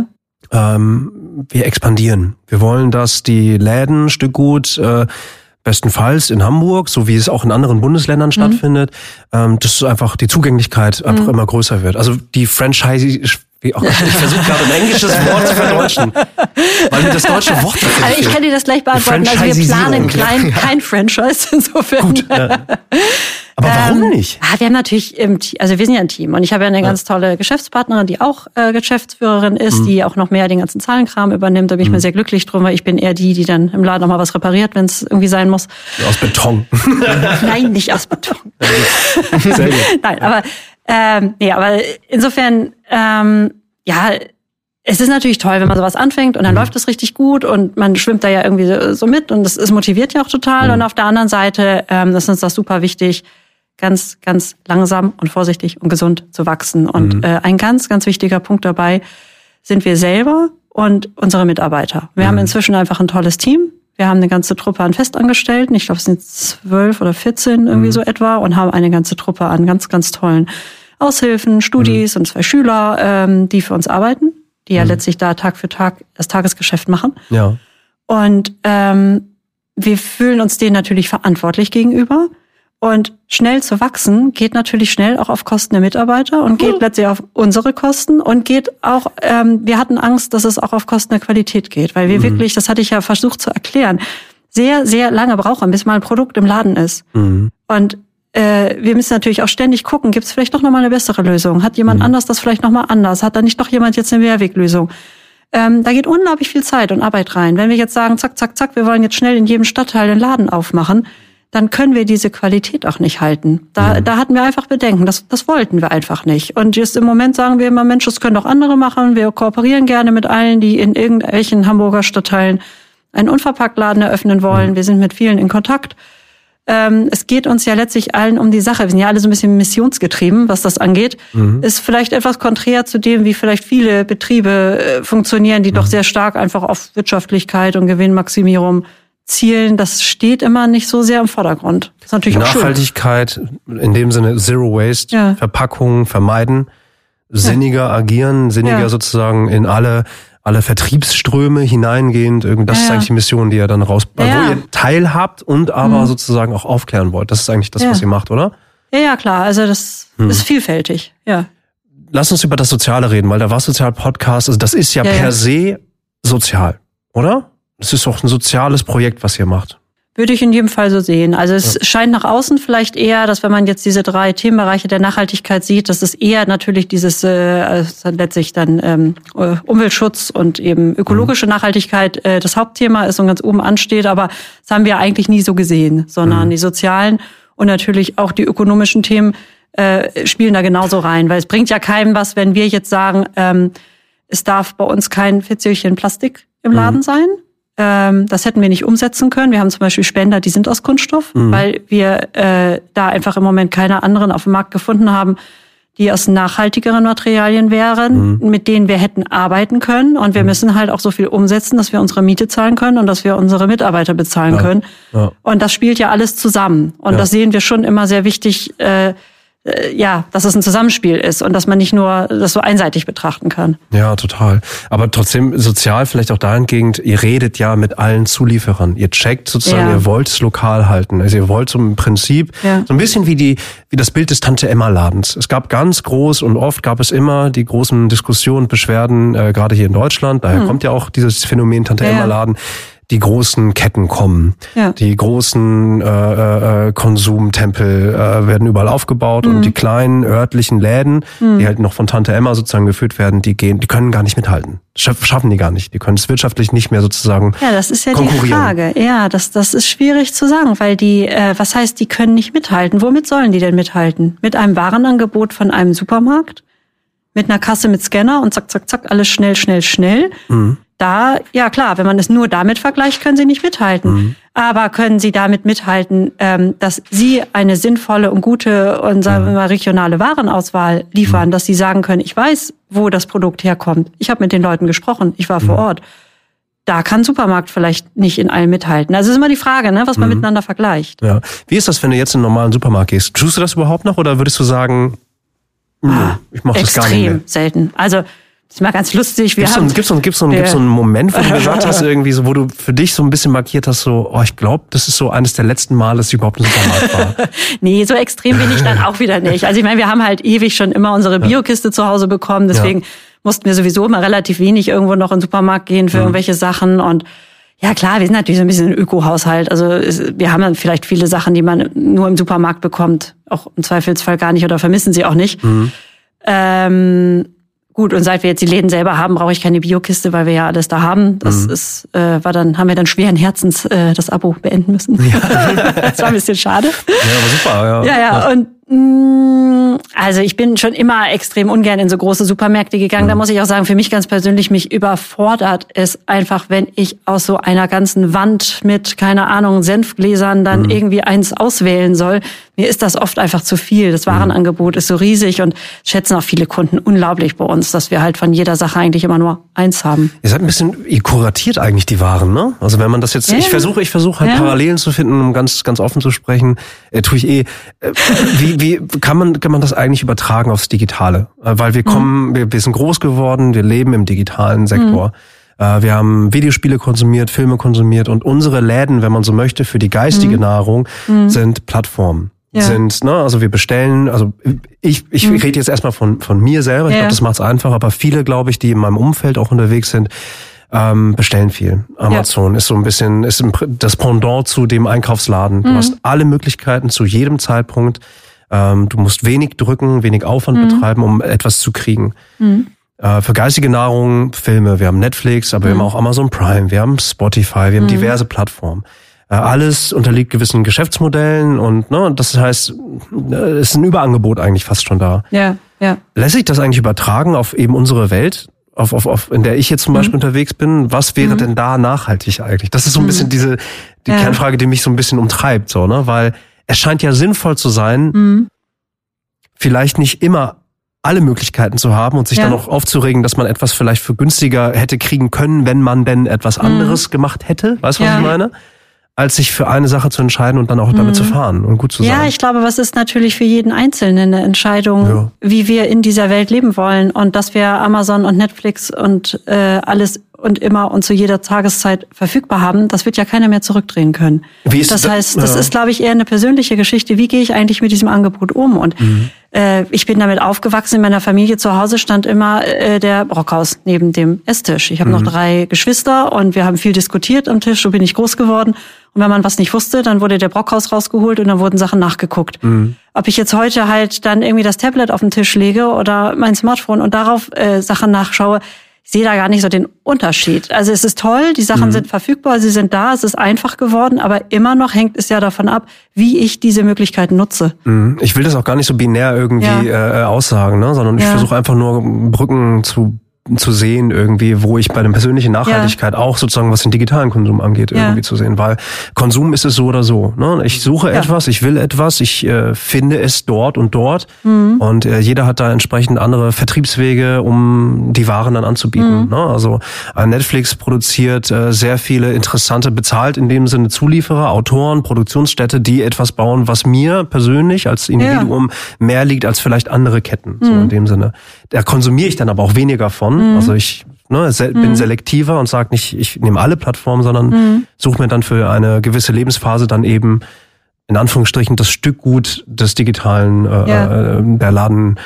wir expandieren. Wir wollen, dass die Läden Stückgut bestenfalls in Hamburg, so wie es auch in anderen Bundesländern stattfindet, dass einfach die Zugänglichkeit einfach immer größer wird. Also die Franchise, ich versuche gerade ein englisches Wort zu verdeutschen, weil mir das deutsche Wort dafür Also ich kann dir das gleich beantworten. Also wir planen kein Franchise, insofern. Gut, aber warum nicht? Wir haben natürlich wir sind ja ein Team und ich habe ja eine ganz tolle Geschäftspartnerin, die auch Geschäftsführerin ist, die auch noch mehr den ganzen Zahlenkram übernimmt. Da bin ich mir sehr glücklich drum, weil ich bin eher die dann im Laden noch mal was repariert, wenn es irgendwie sein muss. Aus Beton. Nein, nicht aus Beton. Sehr gut. Nein, aber insofern, es ist natürlich toll, wenn man sowas anfängt und dann läuft es richtig gut und man schwimmt da ja irgendwie so mit und es motiviert ja auch total. Und auf der anderen Seite ist uns das super wichtig, ganz, ganz langsam und vorsichtig und gesund zu wachsen. Und ein ganz, ganz wichtiger Punkt dabei sind wir selber und unsere Mitarbeiter. Wir haben inzwischen einfach ein tolles Team. Wir haben eine ganze Truppe an Festangestellten. Ich glaube, es sind 12 oder 14 irgendwie so etwa und haben eine ganze Truppe an ganz, ganz tollen Aushilfen, Studis und 2 Schüler, die für uns arbeiten, die ja letztlich da Tag für Tag das Tagesgeschäft machen. Ja. Und wir fühlen uns denen natürlich verantwortlich gegenüber. Und schnell zu wachsen geht natürlich schnell auch auf Kosten der Mitarbeiter und geht letztlich auf unsere Kosten und geht auch, wir hatten Angst, dass es auch auf Kosten der Qualität geht, weil wir wirklich, das hatte ich ja versucht zu erklären, sehr, sehr lange brauchen, bis mal ein Produkt im Laden ist. Und wir müssen natürlich auch ständig gucken, gibt es vielleicht doch nochmal eine bessere Lösung? Hat jemand anders das vielleicht nochmal anders? Hat da nicht doch jemand jetzt eine Mehrweglösung? Da geht unglaublich viel Zeit und Arbeit rein. Wenn wir jetzt sagen, zack, zack, zack, wir wollen jetzt schnell in jedem Stadtteil einen Laden aufmachen, dann können wir diese Qualität auch nicht halten. Da hatten wir einfach Bedenken. Das wollten wir einfach nicht. Und jetzt im Moment sagen wir immer, Mensch, das können auch andere machen. Wir kooperieren gerne mit allen, die in irgendwelchen Hamburger Stadtteilen einen Unverpacktladen eröffnen wollen. Wir sind mit vielen in Kontakt. Es geht uns ja letztlich allen um die Sache. Wir sind ja alle so ein bisschen missionsgetrieben, was das angeht. Ist vielleicht etwas konträr zu dem, wie vielleicht viele Betriebe funktionieren, die doch sehr stark einfach auf Wirtschaftlichkeit und Gewinnmaximierung zielen. Das steht immer nicht so sehr im Vordergrund. Das ist natürlich auch schön. Nachhaltigkeit, in dem Sinne Zero Waste, Verpackungen vermeiden, sinniger agieren, sinniger sozusagen in alle Vertriebsströme hineingehend. Das ist eigentlich die Mission, die ihr dann wo ihr teilhabt und aber sozusagen auch aufklären wollt. Das ist eigentlich das, was ihr macht, oder? Ja, klar. Also das ist vielfältig, ja. Lass uns über das Soziale reden, weil der Was-Sozial-Podcast, also das ist ja per se sozial, oder? Das ist doch ein soziales Projekt, was ihr macht. Würde ich in jedem Fall so sehen. Also es scheint nach außen vielleicht eher, dass wenn man jetzt diese 3 Themenbereiche der Nachhaltigkeit sieht, dass es eher natürlich dieses letztlich dann Umweltschutz und eben ökologische Nachhaltigkeit das Hauptthema ist und ganz oben ansteht. Aber das haben wir eigentlich nie so gesehen, sondern die sozialen und natürlich auch die ökonomischen Themen spielen da genauso rein. Weil es bringt ja keinem was, wenn wir jetzt sagen, es darf bei uns kein Fitzelchen Plastik im Laden sein. Das hätten wir nicht umsetzen können. Wir haben zum Beispiel Spender, die sind aus Kunststoff, weil wir da einfach im Moment keine anderen auf dem Markt gefunden haben, die aus nachhaltigeren Materialien wären, mit denen wir hätten arbeiten können. Und wir müssen halt auch so viel umsetzen, dass wir unsere Miete zahlen können und dass wir unsere Mitarbeiter bezahlen können. Ja. Und das spielt ja alles zusammen. Und das sehen wir schon immer sehr wichtig, dass es ein Zusammenspiel ist und dass man nicht nur das so einseitig betrachten kann. Ja, total. Aber trotzdem sozial vielleicht auch dahingehend, ihr redet ja mit allen Zulieferern. Ihr checkt sozusagen, ihr wollt es lokal halten. Also ihr wollt so im Prinzip so ein bisschen wie das Bild des Tante-Emma-Ladens. Es gab ganz groß und oft gab es immer die großen Diskussionen, Beschwerden, gerade hier in Deutschland. Daher kommt ja auch dieses Phänomen Tante-Emma-Laden. Die großen Ketten kommen, die großen Konsumtempel werden überall aufgebaut und die kleinen örtlichen Läden, die halt noch von Tante Emma sozusagen geführt werden, die können gar nicht mithalten. Schaffen die gar nicht. Die können es wirtschaftlich nicht mehr sozusagen konkurrieren. Ja, das ist ja die Frage. Ja, das ist schwierig zu sagen, weil was heißt, die können nicht mithalten? Womit sollen die denn mithalten? Mit einem Warenangebot von einem Supermarkt? Mit einer Kasse mit Scanner und zack, zack, zack, alles schnell, schnell, schnell. Da, ja klar, wenn man es nur damit vergleicht, können sie nicht mithalten. Aber können sie damit mithalten, dass sie eine sinnvolle und gute und sagen wir mal regionale Warenauswahl liefern, dass sie sagen können, ich weiß, wo das Produkt herkommt. Ich habe mit den Leuten gesprochen, ich war vor Ort. Da kann Supermarkt vielleicht nicht in allem mithalten. Also ist immer die Frage, was man miteinander vergleicht. Ja. Wie ist das, wenn du jetzt in einen normalen Supermarkt gehst? Tust du das überhaupt noch oder würdest du sagen, ich mache das gar nicht mehr? Extrem selten. Also das ist mal ganz lustig. Gibt's so einen Moment, wo du gesagt hast, irgendwie so, wo du für dich so ein bisschen markiert hast, so, ich glaube, das ist so eines der letzten Mal, dass ich überhaupt im Supermarkt war. Nee, so extrem bin ich dann auch wieder nicht. Also ich meine, wir haben halt ewig schon immer unsere Biokiste zu Hause bekommen, deswegen mussten wir sowieso immer relativ wenig irgendwo noch in den Supermarkt gehen für irgendwelche Sachen und ja klar, wir sind natürlich so ein bisschen ein Ökohaushalt. Also wir haben dann vielleicht viele Sachen, die man nur im Supermarkt bekommt, auch im Zweifelsfall gar nicht oder vermissen sie auch nicht. Gut, und seit wir jetzt die Läden selber haben, brauche ich keine Biokiste, weil wir ja alles da haben. Das haben wir dann schweren Herzens das Abo beenden müssen. Ja. Das war ein bisschen schade. Ja, aber super, Ja, und also ich bin schon immer extrem ungern in so große Supermärkte gegangen. Da muss ich auch sagen, für mich ganz persönlich, mich überfordert es einfach, wenn ich aus so einer ganzen Wand mit, keine Ahnung, Senfgläsern dann irgendwie eins auswählen soll. Mir ist das oft einfach zu viel. Das Warenangebot ist so riesig und schätzen auch viele Kunden unglaublich bei uns, dass wir halt von jeder Sache eigentlich immer nur eins haben. Ihr seid ihr kuratiert eigentlich die Waren, ne? Also wenn man das jetzt, ich versuche halt Parallelen zu finden, um ganz, ganz offen zu sprechen, tue ich Wie kann man das eigentlich übertragen aufs Digitale? Weil wir sind groß geworden, wir leben im digitalen Sektor. Wir haben Videospiele konsumiert, Filme konsumiert und unsere Läden, wenn man so möchte, für die geistige Nahrung sind Plattformen. Also wir bestellen, also ich rede jetzt erstmal von mir selber, ich glaube, das macht es einfach, aber viele, glaube ich, die in meinem Umfeld auch unterwegs sind, bestellen viel. Amazon ist so ein bisschen, ist das Pendant zu dem Einkaufsladen. Du hast alle Möglichkeiten zu jedem Zeitpunkt. Du musst wenig drücken, wenig Aufwand betreiben, um etwas zu kriegen. Für geistige Nahrung, Filme, wir haben Netflix, aber wir haben auch Amazon Prime, wir haben Spotify, wir haben diverse Plattformen. Alles unterliegt gewissen Geschäftsmodellen und das heißt, es ist ein Überangebot eigentlich fast schon da. Ja. Lässt sich das eigentlich übertragen auf eben unsere Welt? In der ich jetzt zum Beispiel unterwegs bin, was wäre denn da nachhaltig eigentlich? Das ist so ein bisschen die Kernfrage, die mich so ein bisschen umtreibt, weil es scheint ja sinnvoll zu sein, vielleicht nicht immer alle Möglichkeiten zu haben und sich dann auch aufzuregen, dass man etwas vielleicht für günstiger hätte kriegen können, wenn man denn etwas anderes gemacht hätte. Weißt du, was ich meine? Als sich für eine Sache zu entscheiden und dann auch damit zu fahren und gut zu sein. Ja, ich glaube, was ist natürlich für jeden Einzelnen eine Entscheidung, wie wir in dieser Welt leben wollen und dass wir Amazon und Netflix und alles und immer und zu jeder Tageszeit verfügbar haben, das wird ja keiner mehr zurückdrehen können. Das heißt, das ist, glaube ich, eher eine persönliche Geschichte. Wie gehe ich eigentlich mit diesem Angebot um? Und ich bin damit aufgewachsen, in meiner Familie zu Hause stand immer der Brockhaus neben dem Esstisch. Ich habe noch 3 Geschwister und wir haben viel diskutiert am Tisch, so bin ich groß geworden. Und wenn man was nicht wusste, dann wurde der Brockhaus rausgeholt und dann wurden Sachen nachgeguckt. Ob ich jetzt heute halt dann irgendwie das Tablet auf den Tisch lege oder mein Smartphone und darauf Sachen nachschaue, ich sehe da gar nicht so den Unterschied. Also es ist toll, die Sachen sind verfügbar, sie sind da, es ist einfach geworden, aber immer noch hängt es ja davon ab, wie ich diese Möglichkeiten nutze. Ich will das auch gar nicht so binär irgendwie aussagen, sondern ich versuche einfach nur Brücken zu zu sehen irgendwie, wo ich bei der persönlichen Nachhaltigkeit auch sozusagen, was den digitalen Konsum angeht, irgendwie zu sehen. Weil Konsum ist es so oder so. Ne? Ich suche etwas, ich will etwas, ich finde es dort und dort. Und jeder hat da entsprechend andere Vertriebswege, um die Waren dann anzubieten. Ne? Also Netflix produziert sehr viele interessante, bezahlt in dem Sinne Zulieferer, Autoren, Produktionsstätte, die etwas bauen, was mir persönlich als Individuum mehr liegt als vielleicht andere Ketten. So in dem Sinne. Da konsumiere ich dann aber auch weniger von. Also ich bin selektiver und sage nicht, ich nehme alle Plattformen, sondern suche mir dann für eine gewisse Lebensphase dann eben in Anführungsstrichen das Stück Gut des digitalen, der Laden,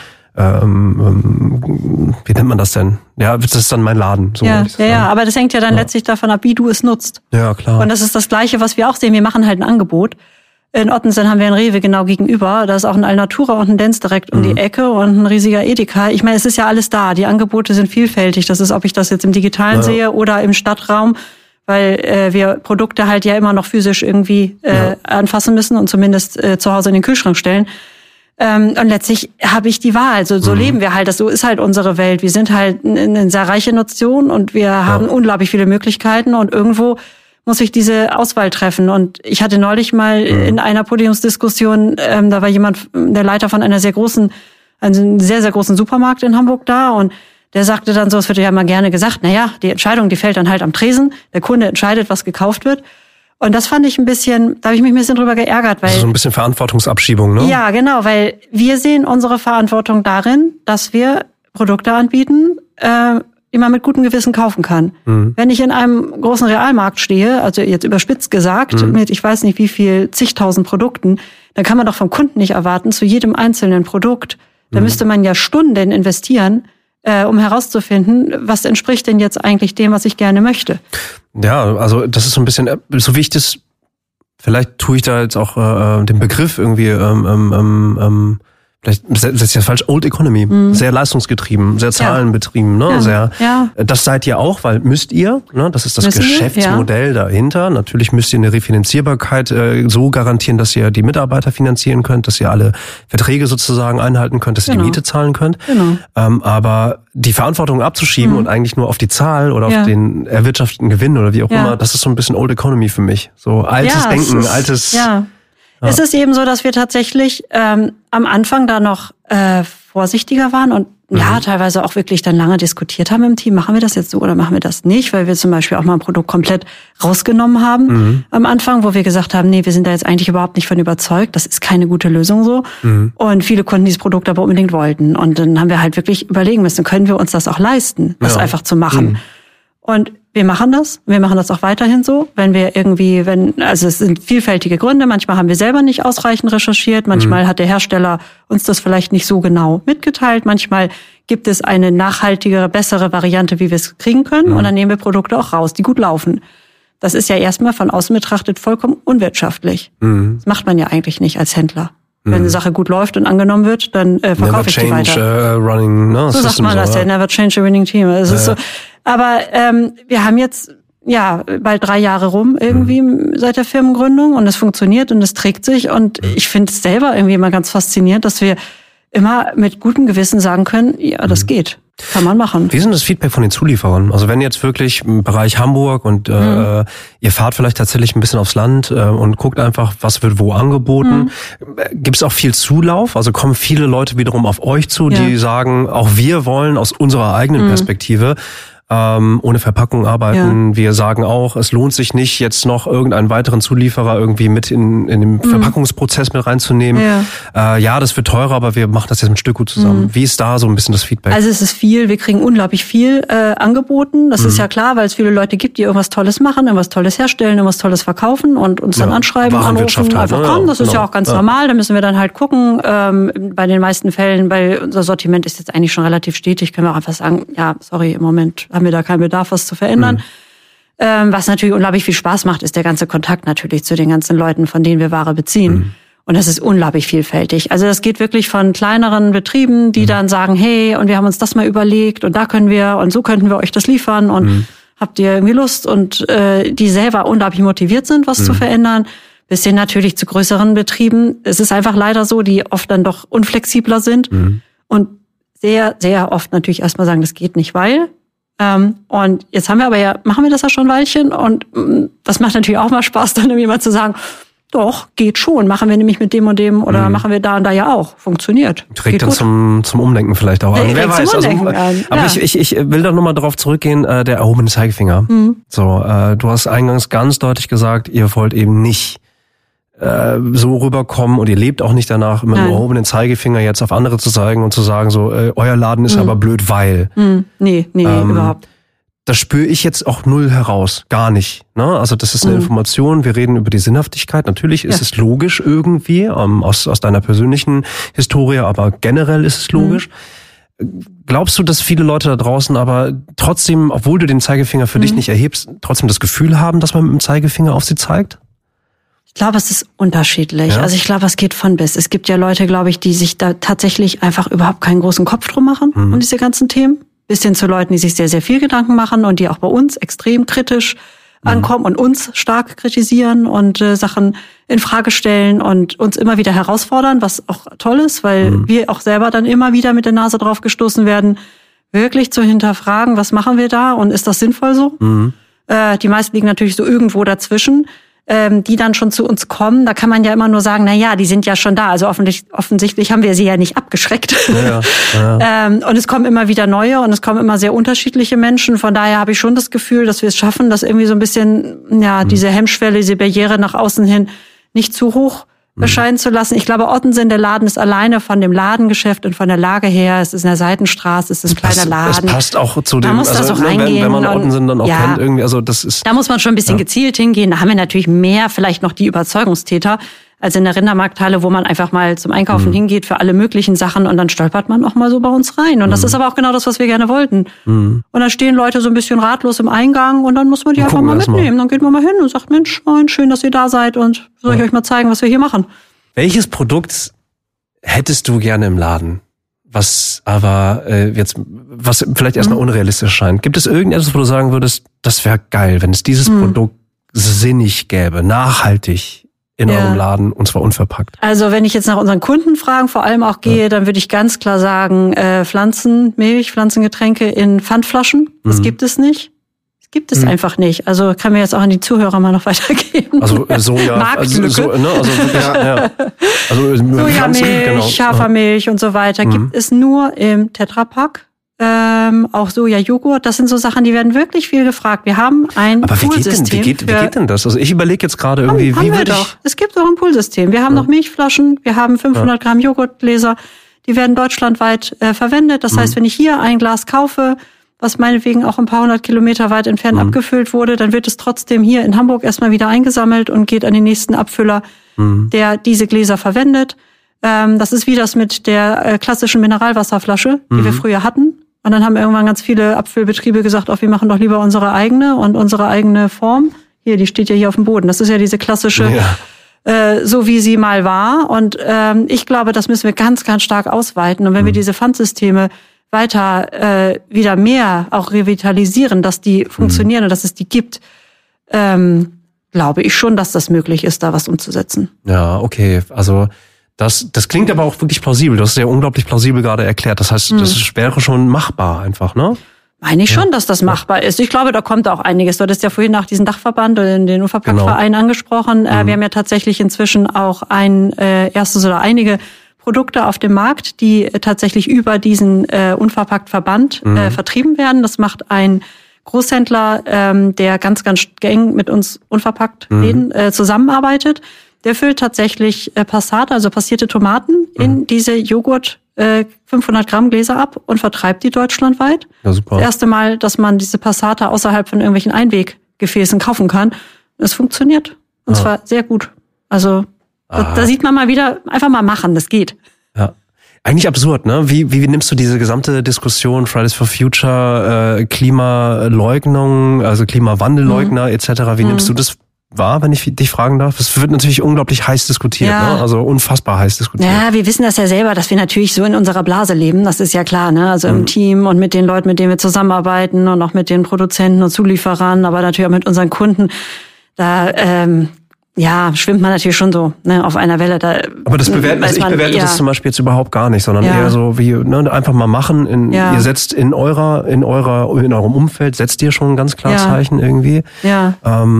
wie nennt man das denn? Ja, das ist dann mein Laden. So aber das hängt ja dann letztlich davon ab, wie du es nutzt. Ja, klar. Und das ist das Gleiche, was wir auch sehen. Wir machen halt ein Angebot. In Ottensen haben wir ein Rewe genau gegenüber. Da ist auch ein Alnatura und ein Dents direkt um die Ecke und ein riesiger Edeka. Ich meine, es ist ja alles da. Die Angebote sind vielfältig. Das ist, ob ich das jetzt im Digitalen sehe oder im Stadtraum, weil wir Produkte halt ja immer noch physisch irgendwie anfassen müssen und zumindest zu Hause in den Kühlschrank stellen. Und letztlich habe ich die Wahl. So leben wir halt. So ist halt unsere Welt. Wir sind halt eine sehr reiche Nation und wir haben unglaublich viele Möglichkeiten und irgendwo muss ich diese Auswahl treffen. Und ich hatte neulich mal in einer Podiumsdiskussion, da war jemand, der Leiter von einem sehr, sehr großen Supermarkt in Hamburg da und der sagte dann so, es wird ja immer gerne gesagt, die Entscheidung, die fällt dann halt am Tresen. Der Kunde entscheidet, was gekauft wird. Und das fand ich da habe ich mich ein bisschen drüber geärgert, weil. Also so ein bisschen Verantwortungsabschiebung, ne? Ja, genau, weil wir sehen unsere Verantwortung darin, dass wir Produkte anbieten, die man mit gutem Gewissen kaufen kann. Wenn ich in einem großen Realmarkt stehe, also jetzt überspitzt gesagt, mit ich weiß nicht wie viel, zigtausend Produkten, dann kann man doch vom Kunden nicht erwarten, zu jedem einzelnen Produkt, da müsste man ja Stunden investieren, um herauszufinden, was entspricht denn jetzt eigentlich dem, was ich gerne möchte. Ja, also das ist so ein bisschen, so wie ich das, vielleicht tue ich da jetzt auch den Begriff irgendwie vielleicht setze ich das falsch, Old Economy, sehr leistungsgetrieben, sehr zahlenbetrieben, ne? Das seid ihr auch, weil müsst ihr, ne? Das ist das Geschäftsmodell dahinter. Natürlich müsst ihr eine Refinanzierbarkeit so garantieren, dass ihr die Mitarbeiter finanzieren könnt, dass ihr alle Verträge sozusagen einhalten könnt, dass ihr die Miete zahlen könnt. Aber die Verantwortung abzuschieben und eigentlich nur auf die Zahl oder auf den erwirtschafteten Gewinn oder wie auch immer, das ist so ein bisschen Old Economy für mich. So altes Denken, altes... Ja. Es ist eben so, dass wir tatsächlich am Anfang da noch vorsichtiger waren und teilweise auch wirklich dann lange diskutiert haben im Team, machen wir das jetzt so oder machen wir das nicht, weil wir zum Beispiel auch mal ein Produkt komplett rausgenommen haben am Anfang, wo wir gesagt haben, nee, wir sind da jetzt eigentlich überhaupt nicht von überzeugt, das ist keine gute Lösung so. Und viele Kunden dieses Produkt aber unbedingt wollten. Und dann haben wir halt wirklich überlegen müssen, können wir uns das auch leisten, das einfach zu machen. Und wir machen das auch weiterhin so, also es sind vielfältige Gründe, manchmal haben wir selber nicht ausreichend recherchiert, manchmal hat der Hersteller uns das vielleicht nicht so genau mitgeteilt, manchmal gibt es eine nachhaltigere, bessere Variante, wie wir es kriegen können und dann nehmen wir Produkte auch raus, die gut laufen. Das ist ja erstmal von außen betrachtet vollkommen unwirtschaftlich. Das macht man ja eigentlich nicht als Händler. Wenn eine Sache gut läuft und angenommen wird, dann verkaufe ich die weiter. So sagt man das ja, never change a winning team. Das ist so. Aber wir haben jetzt bald 3 Jahre rum irgendwie seit der Firmengründung und es funktioniert und es trägt sich und ich finde es selber irgendwie immer ganz faszinierend, dass wir immer mit gutem Gewissen sagen können, ja, das geht. Kann man machen. Wie ist denn das Feedback von den Zulieferern? Also wenn jetzt wirklich im Bereich Hamburg und ihr fahrt vielleicht tatsächlich ein bisschen aufs Land und guckt einfach, was wird wo angeboten. Gibt es auch viel Zulauf? Also kommen viele Leute wiederum auf euch zu, die sagen, auch wir wollen aus unserer eigenen Perspektive ohne Verpackung arbeiten. Wir sagen auch, es lohnt sich nicht, jetzt noch irgendeinen weiteren Zulieferer irgendwie mit in den Verpackungsprozess mit reinzunehmen. Das wird teurer, aber wir machen das jetzt mit Stückgut zusammen. Wie ist da so ein bisschen das Feedback? Also es ist viel, wir kriegen unglaublich viel angeboten. Das ist ja klar, weil es viele Leute gibt, die irgendwas Tolles machen, irgendwas Tolles herstellen, irgendwas Tolles verkaufen und uns dann anschreiben, anrufen, einfach kommen. Das ist ja auch ganz normal. Da müssen wir dann halt gucken. Bei den meisten Fällen, weil unser Sortiment ist jetzt eigentlich schon relativ stetig, können wir auch einfach sagen, ja, sorry, im Moment haben wir da keinen Bedarf, was zu verändern. Was natürlich unglaublich viel Spaß macht, ist der ganze Kontakt natürlich zu den ganzen Leuten, von denen wir Ware beziehen. Und das ist unglaublich vielfältig. Also das geht wirklich von kleineren Betrieben, die dann sagen, hey, und wir haben uns das mal überlegt und da können wir und so könnten wir euch das liefern und habt ihr irgendwie Lust und die selber unglaublich motiviert sind, was zu verändern, bis hin natürlich zu größeren Betrieben. Es ist einfach leider so, die oft dann doch unflexibler sind und sehr, sehr oft natürlich erstmal sagen, das geht nicht, weil. Und jetzt machen wir das ja schon ein Weilchen und das macht natürlich auch mal Spaß, dann jemand zu sagen, doch, geht schon, machen wir nämlich mit dem und dem oder machen wir da und da ja auch, funktioniert. Trägt dann zum Umdenken vielleicht auch an. Wer weiß. Aber ich will da nochmal drauf zurückgehen, der erhobene Zeigefinger. So, du hast eingangs ganz deutlich gesagt, ihr wollt eben nicht so rüberkommen und ihr lebt auch nicht danach, mit dem erhobenen Zeigefinger jetzt auf andere zu zeigen und zu sagen, so, euer Laden ist aber blöd, weil. Nee, überhaupt. Das spüre ich jetzt auch null heraus. Gar nicht. Ne? Also das ist eine Information. Wir reden über die Sinnhaftigkeit. Natürlich ist es logisch irgendwie, aus deiner persönlichen Historie, aber generell ist es logisch. Glaubst du, dass viele Leute da draußen aber trotzdem, obwohl du den Zeigefinger für dich nicht erhebst, trotzdem das Gefühl haben, dass man mit dem Zeigefinger auf sie zeigt? Ich glaube, es ist unterschiedlich. Ja? Also ich glaube, es geht von bis. Es gibt ja Leute, glaube ich, die sich da tatsächlich einfach überhaupt keinen großen Kopf drum machen, um diese ganzen Themen. Bis hin zu Leuten, die sich sehr, sehr viel Gedanken machen und die auch bei uns extrem kritisch ankommen und uns stark kritisieren und Sachen in Frage stellen und uns immer wieder herausfordern, was auch toll ist, weil wir auch selber dann immer wieder mit der Nase drauf gestoßen werden, wirklich zu hinterfragen, was machen wir da und ist das sinnvoll so? Die meisten liegen natürlich so irgendwo dazwischen. Die dann schon zu uns kommen, da kann man ja immer nur sagen, na ja, die sind ja schon da. Also offensichtlich haben wir sie ja nicht abgeschreckt. Ja. Und es kommen immer wieder neue und es kommen immer sehr unterschiedliche Menschen. Von daher habe ich schon das Gefühl, dass wir es schaffen, dass irgendwie so ein bisschen, diese Hemmschwelle, diese Barriere nach außen hin nicht zu hoch erscheinen zu lassen. Ich glaube, Ottensen, der Laden ist alleine von dem Ladengeschäft und von der Lage her. Es ist in der Seitenstraße, es ist ein kleiner Laden. Es passt auch zu dem, da muss das auch reingehen. Wenn man Ottensen dann auch kennt irgendwie, also das ist. Da muss man schon ein bisschen gezielt hingehen. Da haben wir natürlich mehr vielleicht noch die Überzeugungstäter als in der Rindermarkthalle, wo man einfach mal zum Einkaufen hingeht für alle möglichen Sachen und dann stolpert man auch mal so bei uns rein. Und das ist aber auch genau das, was wir gerne wollten. Und dann stehen Leute so ein bisschen ratlos im Eingang und dann muss man die einfach mal mitnehmen. Dann geht man mal hin und sagt, Mensch, moin, schön, dass ihr da seid und soll ich euch mal zeigen, was wir hier machen. Welches Produkt hättest du gerne im Laden? Was aber was vielleicht erstmal unrealistisch scheint. Gibt es irgendetwas, wo du sagen würdest, das wäre geil, wenn es dieses Produkt sinnig gäbe, nachhaltig in eurem Laden und zwar unverpackt? Also wenn ich jetzt nach unseren Kundenfragen vor allem auch gehe, dann würde ich ganz klar sagen, Pflanzenmilch, Pflanzengetränke in Pfandflaschen. Das gibt es nicht. Gibt es einfach nicht. Also kann mir jetzt auch an die Zuhörer mal noch weitergeben. Also Soja, Sojamilch, Hafermilch und so weiter gibt es nur im Tetrapack. Auch Soja-Joghurt, das sind so Sachen, die werden wirklich viel gefragt. Wir haben ein Poolsystem. Wie geht denn das? Also ich überlege jetzt gerade irgendwie, wie würde ich... Es gibt auch ein Poolsystem. Wir haben noch Milchflaschen, wir haben 500 Gramm Joghurtgläser, die werden deutschlandweit verwendet. Das heißt, wenn ich hier ein Glas kaufe, was meinetwegen auch ein paar 100 Kilometer weit entfernt abgefüllt wurde, dann wird es trotzdem hier in Hamburg erstmal wieder eingesammelt und geht an den nächsten Abfüller, der diese Gläser verwendet. Das ist wie das mit der klassischen Mineralwasserflasche, die wir früher hatten. Und dann haben irgendwann ganz viele Abfüllbetriebe gesagt, wir machen doch lieber unsere eigene und unsere eigene Form. Hier, die steht ja hier auf dem Boden. Das ist ja diese klassische, so wie sie mal war. Und ich glaube, das müssen wir ganz, ganz stark ausweiten. Und wenn wir diese Pfandsysteme weiter wieder mehr auch revitalisieren, dass die funktionieren und dass es die gibt, glaube ich schon, dass das möglich ist, da was umzusetzen. Ja, okay. Also das klingt aber auch wirklich plausibel. Du hast es ja unglaublich plausibel gerade erklärt. Das heißt, das wäre schon machbar einfach, ne? Meine ich schon, dass das machbar ist. Ich glaube, da kommt auch einiges. Du hattest ja vorhin nach diesen Dachverband oder den Unverpacktverein angesprochen. Wir haben ja tatsächlich inzwischen auch einige Produkte auf dem Markt, die tatsächlich über diesen Unverpacktverband vertrieben werden. Das macht ein Großhändler, der ganz, ganz eng mit uns Unverpacktläden zusammenarbeitet. Der füllt tatsächlich Passate, also passierte Tomaten, in diese Joghurt 500 Gramm Gläser ab und vertreibt die deutschlandweit. Ja, super. Das erste Mal, dass man diese Passate außerhalb von irgendwelchen Einweggefäßen kaufen kann. Es funktioniert. Und zwar sehr gut. Also da sieht man mal wieder, einfach mal machen, das geht. Ja. Eigentlich absurd, ne? Wie nimmst du diese gesamte Diskussion Fridays for Future, Klimaleugnung, also Klimawandelleugner etc., wie nimmst du das wahr, wenn ich dich fragen darf? Es wird natürlich unglaublich heiß diskutiert, ne? Also unfassbar heiß diskutiert. Ja, wir wissen das ja selber, dass wir natürlich so in unserer Blase leben, das ist ja klar, ne? Also im Team und mit den Leuten, mit denen wir zusammenarbeiten und auch mit den Produzenten und Zulieferern, aber natürlich auch mit unseren Kunden. Da schwimmt man natürlich schon so, ne, auf einer Welle. Da aber ich bewerte das zum Beispiel jetzt überhaupt gar nicht, sondern eher so wie, ne, einfach mal machen. Ihr setzt in eurem Umfeld, setzt ihr schon ein ganz klar Zeichen irgendwie. Ja.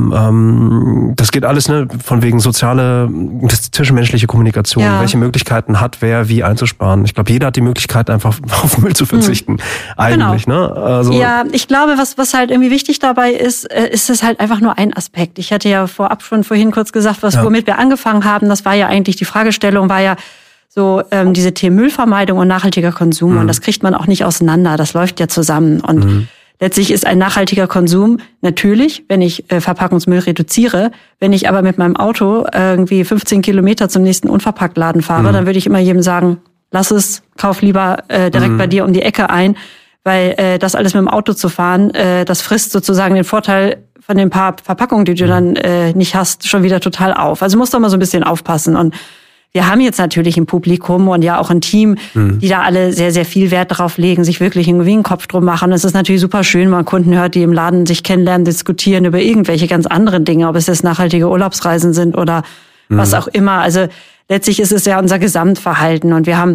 Das geht alles, ne, von wegen zwischenmenschliche Kommunikation. Ja. Welche Möglichkeiten hat wer, wie einzusparen? Ich glaube, jeder hat die Möglichkeit, einfach auf Müll zu verzichten. Eigentlich, genau. Ne? Also ja, ich glaube, was halt irgendwie wichtig dabei ist es halt einfach nur ein Aspekt. Ich hatte ja vorhin kurz gesagt, womit wir angefangen haben, das war ja eigentlich, die Fragestellung war ja so diese Themen Müllvermeidung und nachhaltiger Konsum. Und das kriegt man auch nicht auseinander, das läuft ja zusammen. Und letztlich ist ein nachhaltiger Konsum natürlich, wenn ich Verpackungsmüll reduziere. Wenn ich aber mit meinem Auto irgendwie 15 Kilometer zum nächsten Unverpacktladen fahre, dann würde ich immer jedem sagen, lass es, kauf lieber direkt bei dir um die Ecke ein, weil das alles mit dem Auto zu fahren, das frisst sozusagen den Vorteil von den paar Verpackungen, die du dann nicht hast, schon wieder total auf. Also musst du mal so ein bisschen aufpassen. Und wir haben jetzt natürlich ein Publikum und ja auch ein Team, die da alle sehr, sehr viel Wert darauf legen, sich wirklich irgendwie einen Kopf drum machen. Es ist natürlich super schön, wenn man Kunden hört, die im Laden sich kennenlernen, diskutieren über irgendwelche ganz anderen Dinge, ob es jetzt nachhaltige Urlaubsreisen sind oder was auch immer. Also letztlich ist es ja unser Gesamtverhalten und wir haben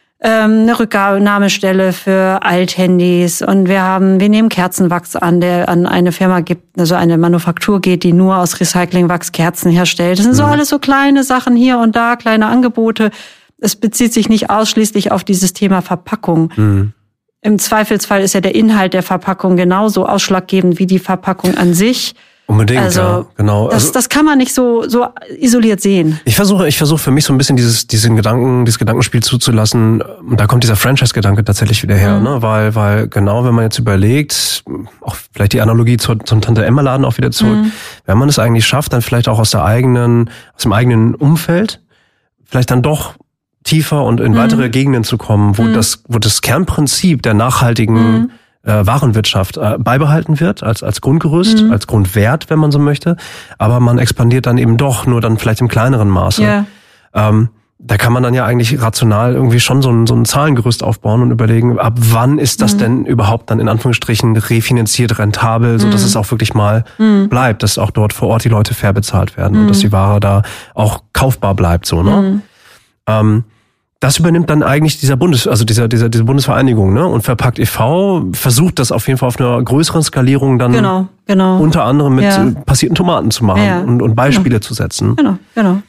eine Rücknahmestelle für Althandys und wir nehmen Kerzenwachs an, der an eine Firma gibt, also eine Manufaktur geht, die nur aus Recyclingwachs Kerzen herstellt. Das sind so alles so kleine Sachen hier und da, kleine Angebote. Es bezieht sich nicht ausschließlich auf dieses Thema Verpackung. Im Zweifelsfall ist ja der Inhalt der Verpackung genauso ausschlaggebend wie die Verpackung an sich. Unbedingt, also, ja, genau. Das kann man nicht so isoliert sehen. Ich versuche für mich so ein bisschen dieses Gedankenspiel zuzulassen. Und da kommt dieser Franchise-Gedanke tatsächlich wieder her, ne? Weil genau, wenn man jetzt überlegt, auch vielleicht die Analogie zum Tante-Emma-Laden auch wieder zurück, wenn man es eigentlich schafft, dann vielleicht auch aus dem eigenen Umfeld, vielleicht dann doch tiefer und in weitere Gegenden zu kommen, wo das Kernprinzip der nachhaltigen Warenwirtschaft beibehalten wird als Grundgerüst, als Grundwert, wenn man so möchte. Aber man expandiert dann eben doch nur dann vielleicht im kleineren Maße. Yeah. Da kann man dann ja eigentlich rational irgendwie schon so ein Zahlengerüst aufbauen und überlegen, ab wann ist das denn überhaupt dann in Anführungsstrichen refinanziert, rentabel, so dass es auch wirklich mal bleibt, dass auch dort vor Ort die Leute fair bezahlt werden und dass die Ware da auch kaufbar bleibt, so, ne? Das übernimmt dann eigentlich diese Bundesvereinigung, ne? Und Verpackt e.V. versucht das auf jeden Fall auf einer größeren Skalierung dann genau. Unter anderem mit passierten Tomaten zu machen und Beispiele zu setzen. Genau.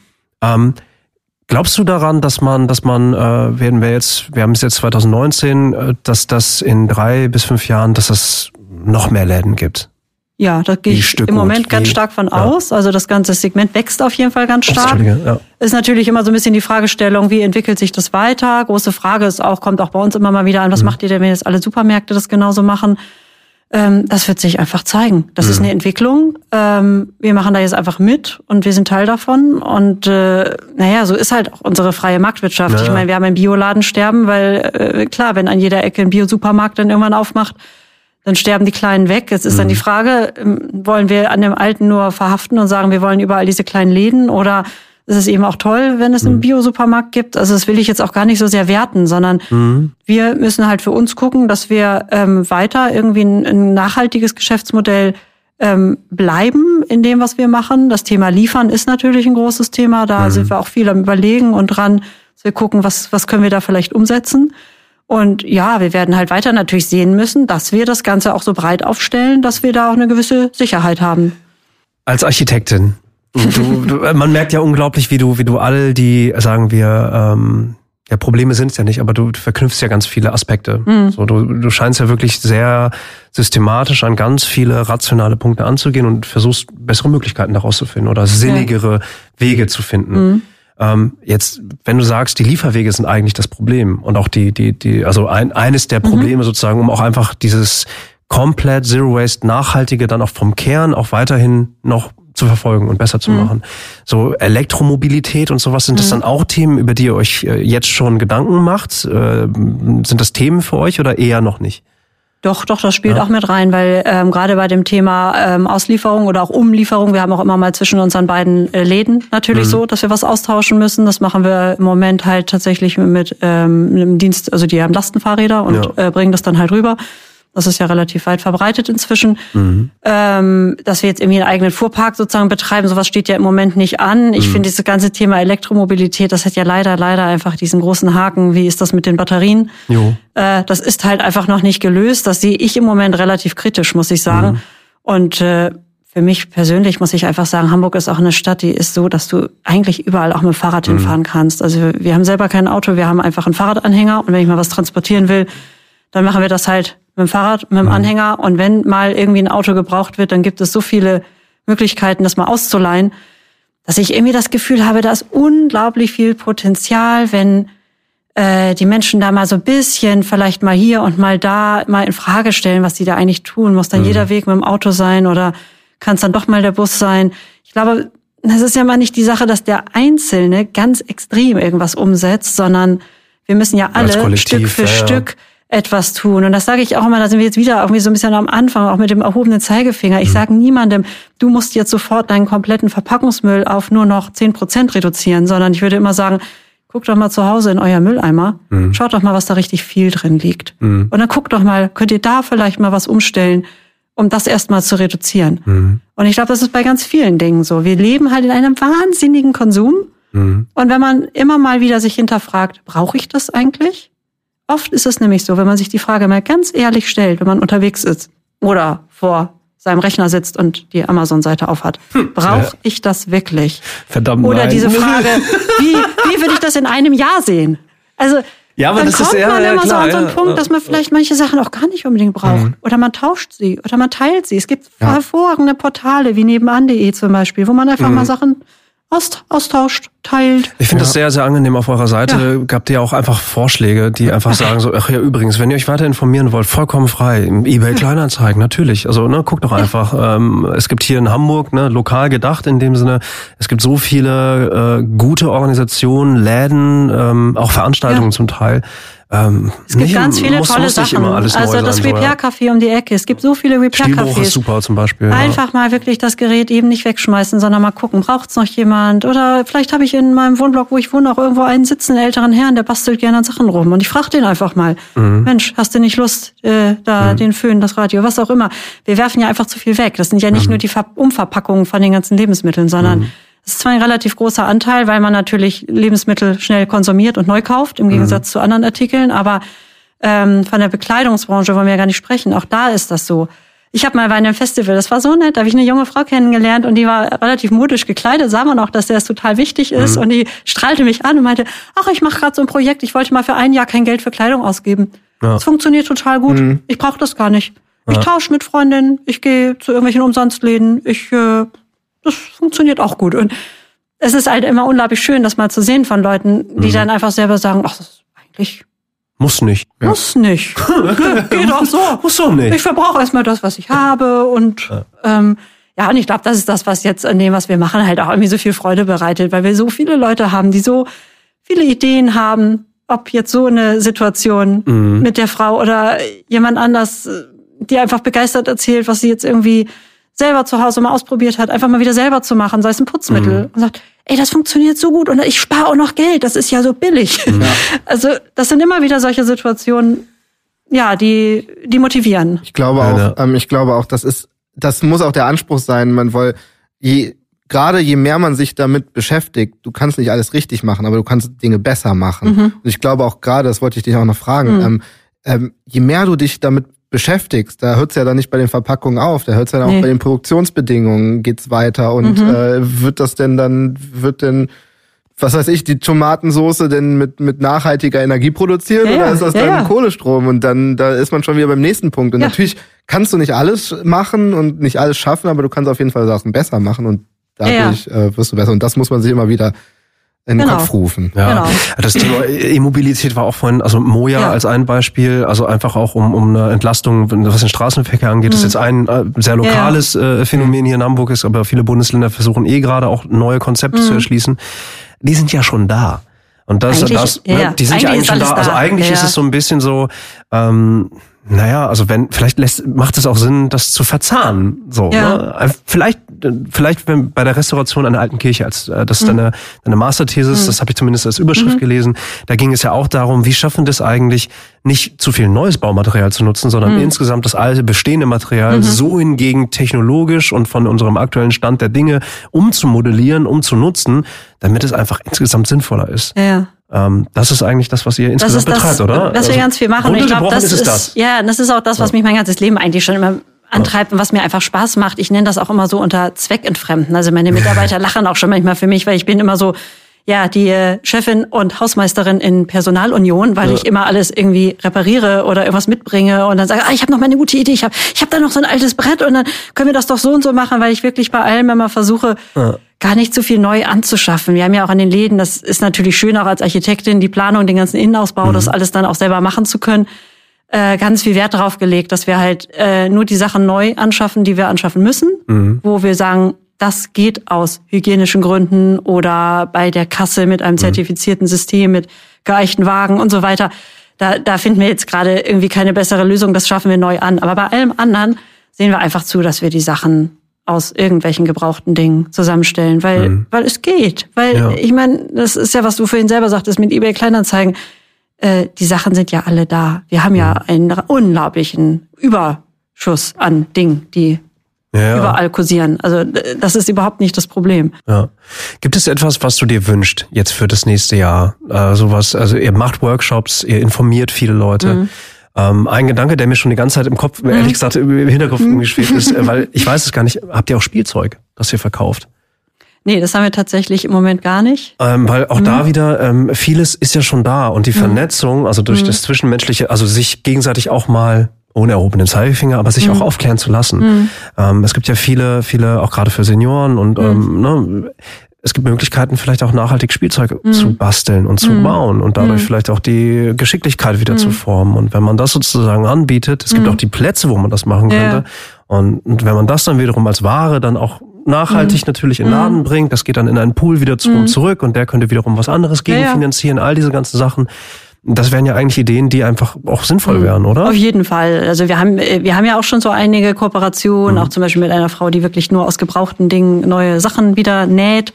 Glaubst du daran, dass man, wir haben es jetzt 2019, dass das in 3 bis 5 Jahren, dass das noch mehr Läden gibt? Ja, da gehe ich im Moment ganz stark von aus. Also das ganze Segment wächst auf jeden Fall ganz stark. Ist natürlich immer so ein bisschen die Fragestellung, wie entwickelt sich das weiter? Große Frage ist auch, kommt auch bei uns immer mal wieder an, was macht ihr denn, wenn jetzt alle Supermärkte das genauso machen? Das wird sich einfach zeigen. Das ist eine Entwicklung. Wir machen da jetzt einfach mit und wir sind Teil davon. Und so ist halt auch unsere freie Marktwirtschaft. Ja. Ich meine, wir haben ein Bioladen sterben, weil klar, wenn an jeder Ecke ein Bio-Supermarkt dann irgendwann aufmacht, dann sterben die Kleinen weg. Jetzt ist dann die Frage, wollen wir an dem Alten nur verhaften und sagen, wir wollen überall diese kleinen Läden, oder ist es eben auch toll, wenn es einen Bio-Supermarkt gibt? Also das will ich jetzt auch gar nicht so sehr werten, sondern wir müssen halt für uns gucken, dass wir weiter irgendwie ein nachhaltiges Geschäftsmodell bleiben in dem, was wir machen. Das Thema Liefern ist natürlich ein großes Thema. Da sind wir auch viel am Überlegen und dran, dass wir gucken, was können wir da vielleicht umsetzen. Und ja, wir werden halt weiter natürlich sehen müssen, dass wir das Ganze auch so breit aufstellen, dass wir da auch eine gewisse Sicherheit haben. Als Architektin, man merkt ja unglaublich, wie du all die, sagen wir, Probleme sind es ja nicht, aber du verknüpfst ja ganz viele Aspekte. So, du scheinst ja wirklich sehr systematisch an ganz viele rationale Punkte anzugehen und versuchst, bessere Möglichkeiten daraus zu finden oder sinnigere Wege zu finden. Jetzt, wenn du sagst, die Lieferwege sind eigentlich das Problem und auch eines der Probleme sozusagen, um auch einfach dieses komplett Zero Waste Nachhaltige dann auch vom Kern auch weiterhin noch zu verfolgen und besser zu machen. So Elektromobilität und sowas, sind das dann auch Themen, über die ihr euch jetzt schon Gedanken macht? Sind das Themen für euch oder eher noch nicht? Doch, das spielt auch mit rein, weil gerade bei dem Thema Auslieferung oder auch Umlieferung, wir haben auch immer mal zwischen unseren beiden Läden natürlich so, dass wir was austauschen müssen. Das machen wir im Moment halt tatsächlich mit einem Dienst, also die haben Lastenfahrräder und bringen das dann halt rüber. Das ist ja relativ weit verbreitet inzwischen. Dass wir jetzt irgendwie einen eigenen Fuhrpark sozusagen betreiben, sowas steht ja im Moment nicht an. Ich finde, dieses ganze Thema Elektromobilität, das hat ja leider einfach diesen großen Haken. Wie ist das mit den Batterien? Jo. Das ist halt einfach noch nicht gelöst. Das sehe ich im Moment relativ kritisch, muss ich sagen. Und für mich persönlich muss ich einfach sagen, Hamburg ist auch eine Stadt, die ist so, dass du eigentlich überall auch mit dem Fahrrad hinfahren kannst. Also wir haben selber kein Auto, wir haben einfach einen Fahrradanhänger. Und wenn ich mal was transportieren will, dann machen wir das halt mit dem Fahrrad, mit dem Anhänger. Und wenn mal irgendwie ein Auto gebraucht wird, dann gibt es so viele Möglichkeiten, das mal auszuleihen, dass ich irgendwie das Gefühl habe, da ist unglaublich viel Potenzial, wenn die Menschen da mal so ein bisschen vielleicht mal hier und mal da mal in Frage stellen, was die da eigentlich tun. Muss dann jeder Weg mit dem Auto sein oder kann es dann doch mal der Bus sein? Ich glaube, das ist ja mal nicht die Sache, dass der Einzelne ganz extrem irgendwas umsetzt, sondern wir müssen ja alle Stück für Stück etwas tun. Und das sage ich auch immer, da sind wir jetzt wieder irgendwie so ein bisschen am Anfang, auch mit dem erhobenen Zeigefinger. Ich sage niemandem, du musst jetzt sofort deinen kompletten Verpackungsmüll auf nur noch 10% reduzieren, sondern ich würde immer sagen, guckt doch mal zu Hause in euer Mülleimer, schaut doch mal, was da richtig viel drin liegt. Und dann guckt doch mal, könnt ihr da vielleicht mal was umstellen, um das erstmal zu reduzieren. Und ich glaube, das ist bei ganz vielen Dingen so. Wir leben halt in einem wahnsinnigen Konsum. Und wenn man immer mal wieder sich hinterfragt, brauche ich das eigentlich? Oft ist es nämlich so, wenn man sich die Frage mal ganz ehrlich stellt, wenn man unterwegs ist oder vor seinem Rechner sitzt und die Amazon-Seite aufhat. Brauche ich das wirklich? Verdammt Oder nein. diese Frage, wie würde ich das in einem Jahr sehen? Also ja, aber dann das kommt ist man immer klar, so an so einen Punkt, dass man vielleicht manche Sachen auch gar nicht unbedingt braucht. Oder man tauscht sie oder man teilt sie. Es gibt hervorragende Portale wie nebenan.de zum Beispiel, wo man einfach mal Sachen austauscht, teilt. Ich finde das sehr, sehr angenehm auf eurer Seite. Habt ihr auch einfach Vorschläge, die einfach sagen so, ach ja, übrigens, wenn ihr euch weiter informieren wollt, vollkommen frei. eBay Kleinanzeigen, natürlich. Also, guckt doch einfach. Es gibt hier in Hamburg, lokal gedacht in dem Sinne, es gibt so viele gute Organisationen, Läden, auch Veranstaltungen zum Teil. Es gibt ganz viele tolle Sachen. Also das Repair-Café um die Ecke. Es gibt so viele Repair-Cafés. Stilbruch ist super zum Beispiel. Einfach mal wirklich das Gerät eben nicht wegschmeißen, sondern mal gucken, braucht's noch jemand? Oder vielleicht habe ich in meinem Wohnblock, wo ich wohne, auch irgendwo einen sitzenden älteren Herrn, der bastelt gerne an Sachen rum. Und ich frage den einfach mal, Mensch, hast du nicht Lust, den Föhn, das Radio, was auch immer. Wir werfen ja einfach zu viel weg. Das sind ja nicht nur die Umverpackungen von den ganzen Lebensmitteln, sondern es ist zwar ein relativ großer Anteil, weil man natürlich Lebensmittel schnell konsumiert und neu kauft, im Gegensatz zu anderen Artikeln. Aber von der Bekleidungsbranche wollen wir ja gar nicht sprechen. Auch da ist das so. Ich habe mal bei einem Festival, das war so nett, da habe ich eine junge Frau kennengelernt und die war relativ modisch gekleidet, sah man auch, dass das total wichtig ist. Und die strahlte mich an und meinte, ach, ich mache gerade so ein Projekt, ich wollte mal für ein Jahr kein Geld für Kleidung ausgeben. Das funktioniert total gut. Ich brauche das gar nicht. Ich tausche mit Freundinnen, ich gehe zu irgendwelchen Umsonstläden, das funktioniert auch gut. Und es ist halt immer unglaublich schön, das mal zu sehen von Leuten, die dann einfach selber sagen, ach, das ist eigentlich... Muss nicht. Muss nicht. Geht auch so. Muss doch nicht. Ich verbrauche erstmal das, was ich habe. Und und ich glaube, das ist das, was jetzt an dem, was wir machen, halt auch irgendwie so viel Freude bereitet, weil wir so viele Leute haben, die so viele Ideen haben, ob jetzt so eine Situation mit der Frau oder jemand anders, die einfach begeistert erzählt, was sie jetzt irgendwie selber zu Hause mal ausprobiert hat, einfach mal wieder selber zu machen, sei es ein Putzmittel. Und sagt, ey, das funktioniert so gut und ich spare auch noch Geld, das ist ja so billig. Ja. Also das sind immer wieder solche Situationen, die motivieren. Ich glaube auch, das muss auch der Anspruch sein, je mehr man sich damit beschäftigt, du kannst nicht alles richtig machen, aber du kannst Dinge besser machen. Und ich glaube auch gerade, das wollte ich dich auch noch fragen, je mehr du dich damit beschäftigst, da hört's ja dann nicht bei den Verpackungen auf, da hört's ja dann auch bei den Produktionsbedingungen geht's weiter und wird was weiß ich, die Tomatensoße denn mit nachhaltiger Energie produziert oder ist das dann Kohlestrom? Und dann da ist man schon wieder beim nächsten Punkt. Und natürlich kannst du nicht alles machen und nicht alles schaffen, aber du kannst auf jeden Fall Sachen besser machen und dadurch wirst du besser. Und das muss man sich immer wieder in den Kopf rufen. Ja. Genau. Das Thema E-Mobilität war auch vorhin, also Moja als ein Beispiel, also einfach auch um eine Entlastung, was den Straßenverkehr angeht, das ist jetzt ein sehr lokales Phänomen hier in Hamburg ist, aber viele Bundesländer versuchen gerade auch neue Konzepte zu erschließen. Die sind ja schon da. Und die sind ja eigentlich schon da. Also eigentlich ist es so ein bisschen so, Naja, also vielleicht macht es auch Sinn, das zu verzahnen. So, ne? Vielleicht wenn bei der Restauration einer alten Kirche, das ist deine Masterthesis, das habe ich zumindest als Überschrift gelesen, da ging es ja auch darum, wie schaffen wir es eigentlich, nicht zu viel neues Baumaterial zu nutzen, sondern insgesamt das alte bestehende Material so hingegen technologisch und von unserem aktuellen Stand der Dinge umzumodellieren, umzunutzen, damit es einfach insgesamt sinnvoller ist. Ja. Das ist eigentlich das, was ihr insgesamt betreibt, oder? Was wir ganz viel machen. Ich glaube, das ist auch das, was mich mein ganzes Leben eigentlich schon immer antreibt und was mir einfach Spaß macht. Ich nenne das auch immer so unter Zweckentfremden. Also meine Mitarbeiter lachen auch schon manchmal für mich, weil ich bin immer so, die Chefin und Hausmeisterin in Personalunion, weil ich immer alles irgendwie repariere oder irgendwas mitbringe und dann sage, ich habe noch mal eine gute Idee, ich hab da noch so ein altes Brett und dann können wir das doch so und so machen, weil ich wirklich bei allem immer versuche, gar nicht so viel neu anzuschaffen. Wir haben ja auch an den Läden, das ist natürlich schön auch als Architektin, die Planung, den ganzen Innenausbau, das alles dann auch selber machen zu können, ganz viel Wert darauf gelegt, dass wir halt nur die Sachen neu anschaffen, die wir anschaffen müssen, wo wir sagen, das geht aus hygienischen Gründen oder bei der Kasse mit einem zertifizierten System, mit geeichten Wagen und so weiter. Da finden wir jetzt gerade irgendwie keine bessere Lösung, das schaffen wir neu an. Aber bei allem anderen sehen wir einfach zu, dass wir die Sachen aus irgendwelchen gebrauchten Dingen zusammenstellen, weil es geht. Weil ich meine, das ist ja, was du vorhin selber sagtest mit eBay Kleinanzeigen, die Sachen sind ja alle da. Wir haben ja einen unglaublichen Überschuss an Dingen, die überall kursieren. Also das ist überhaupt nicht das Problem. Ja. Gibt es etwas, was du dir wünschst jetzt für das nächste Jahr? Sowas, also ihr macht Workshops, ihr informiert viele Leute. Ein Gedanke, der mir schon die ganze Zeit im Kopf, ehrlich gesagt, im Hinterkopf geschwebt ist, weil ich weiß es gar nicht, habt ihr auch Spielzeug, das ihr verkauft? Nee, das haben wir tatsächlich im Moment gar nicht. Weil auch da wieder, vieles ist ja schon da und die Vernetzung, also durch das Zwischenmenschliche, also sich gegenseitig auch mal ohne erhobenen Zeigefinger, aber sich auch aufklären zu lassen. Es gibt ja viele, auch gerade für Senioren und es gibt Möglichkeiten, vielleicht auch nachhaltig Spielzeug zu basteln und zu bauen und dadurch vielleicht auch die Geschicklichkeit wieder zu formen. Und wenn man das sozusagen anbietet, es gibt auch die Plätze, wo man das machen könnte. Und wenn man das dann wiederum als Ware dann auch nachhaltig natürlich in den Laden bringt, das geht dann in einen Pool wieder zurück und der könnte wiederum was anderes gegenfinanzieren, all diese ganzen Sachen. Das wären ja eigentlich Ideen, die einfach auch sinnvoll wären, oder? Auf jeden Fall. Also wir haben ja auch schon so einige Kooperationen, auch zum Beispiel mit einer Frau, die wirklich nur aus gebrauchten Dingen neue Sachen wieder näht.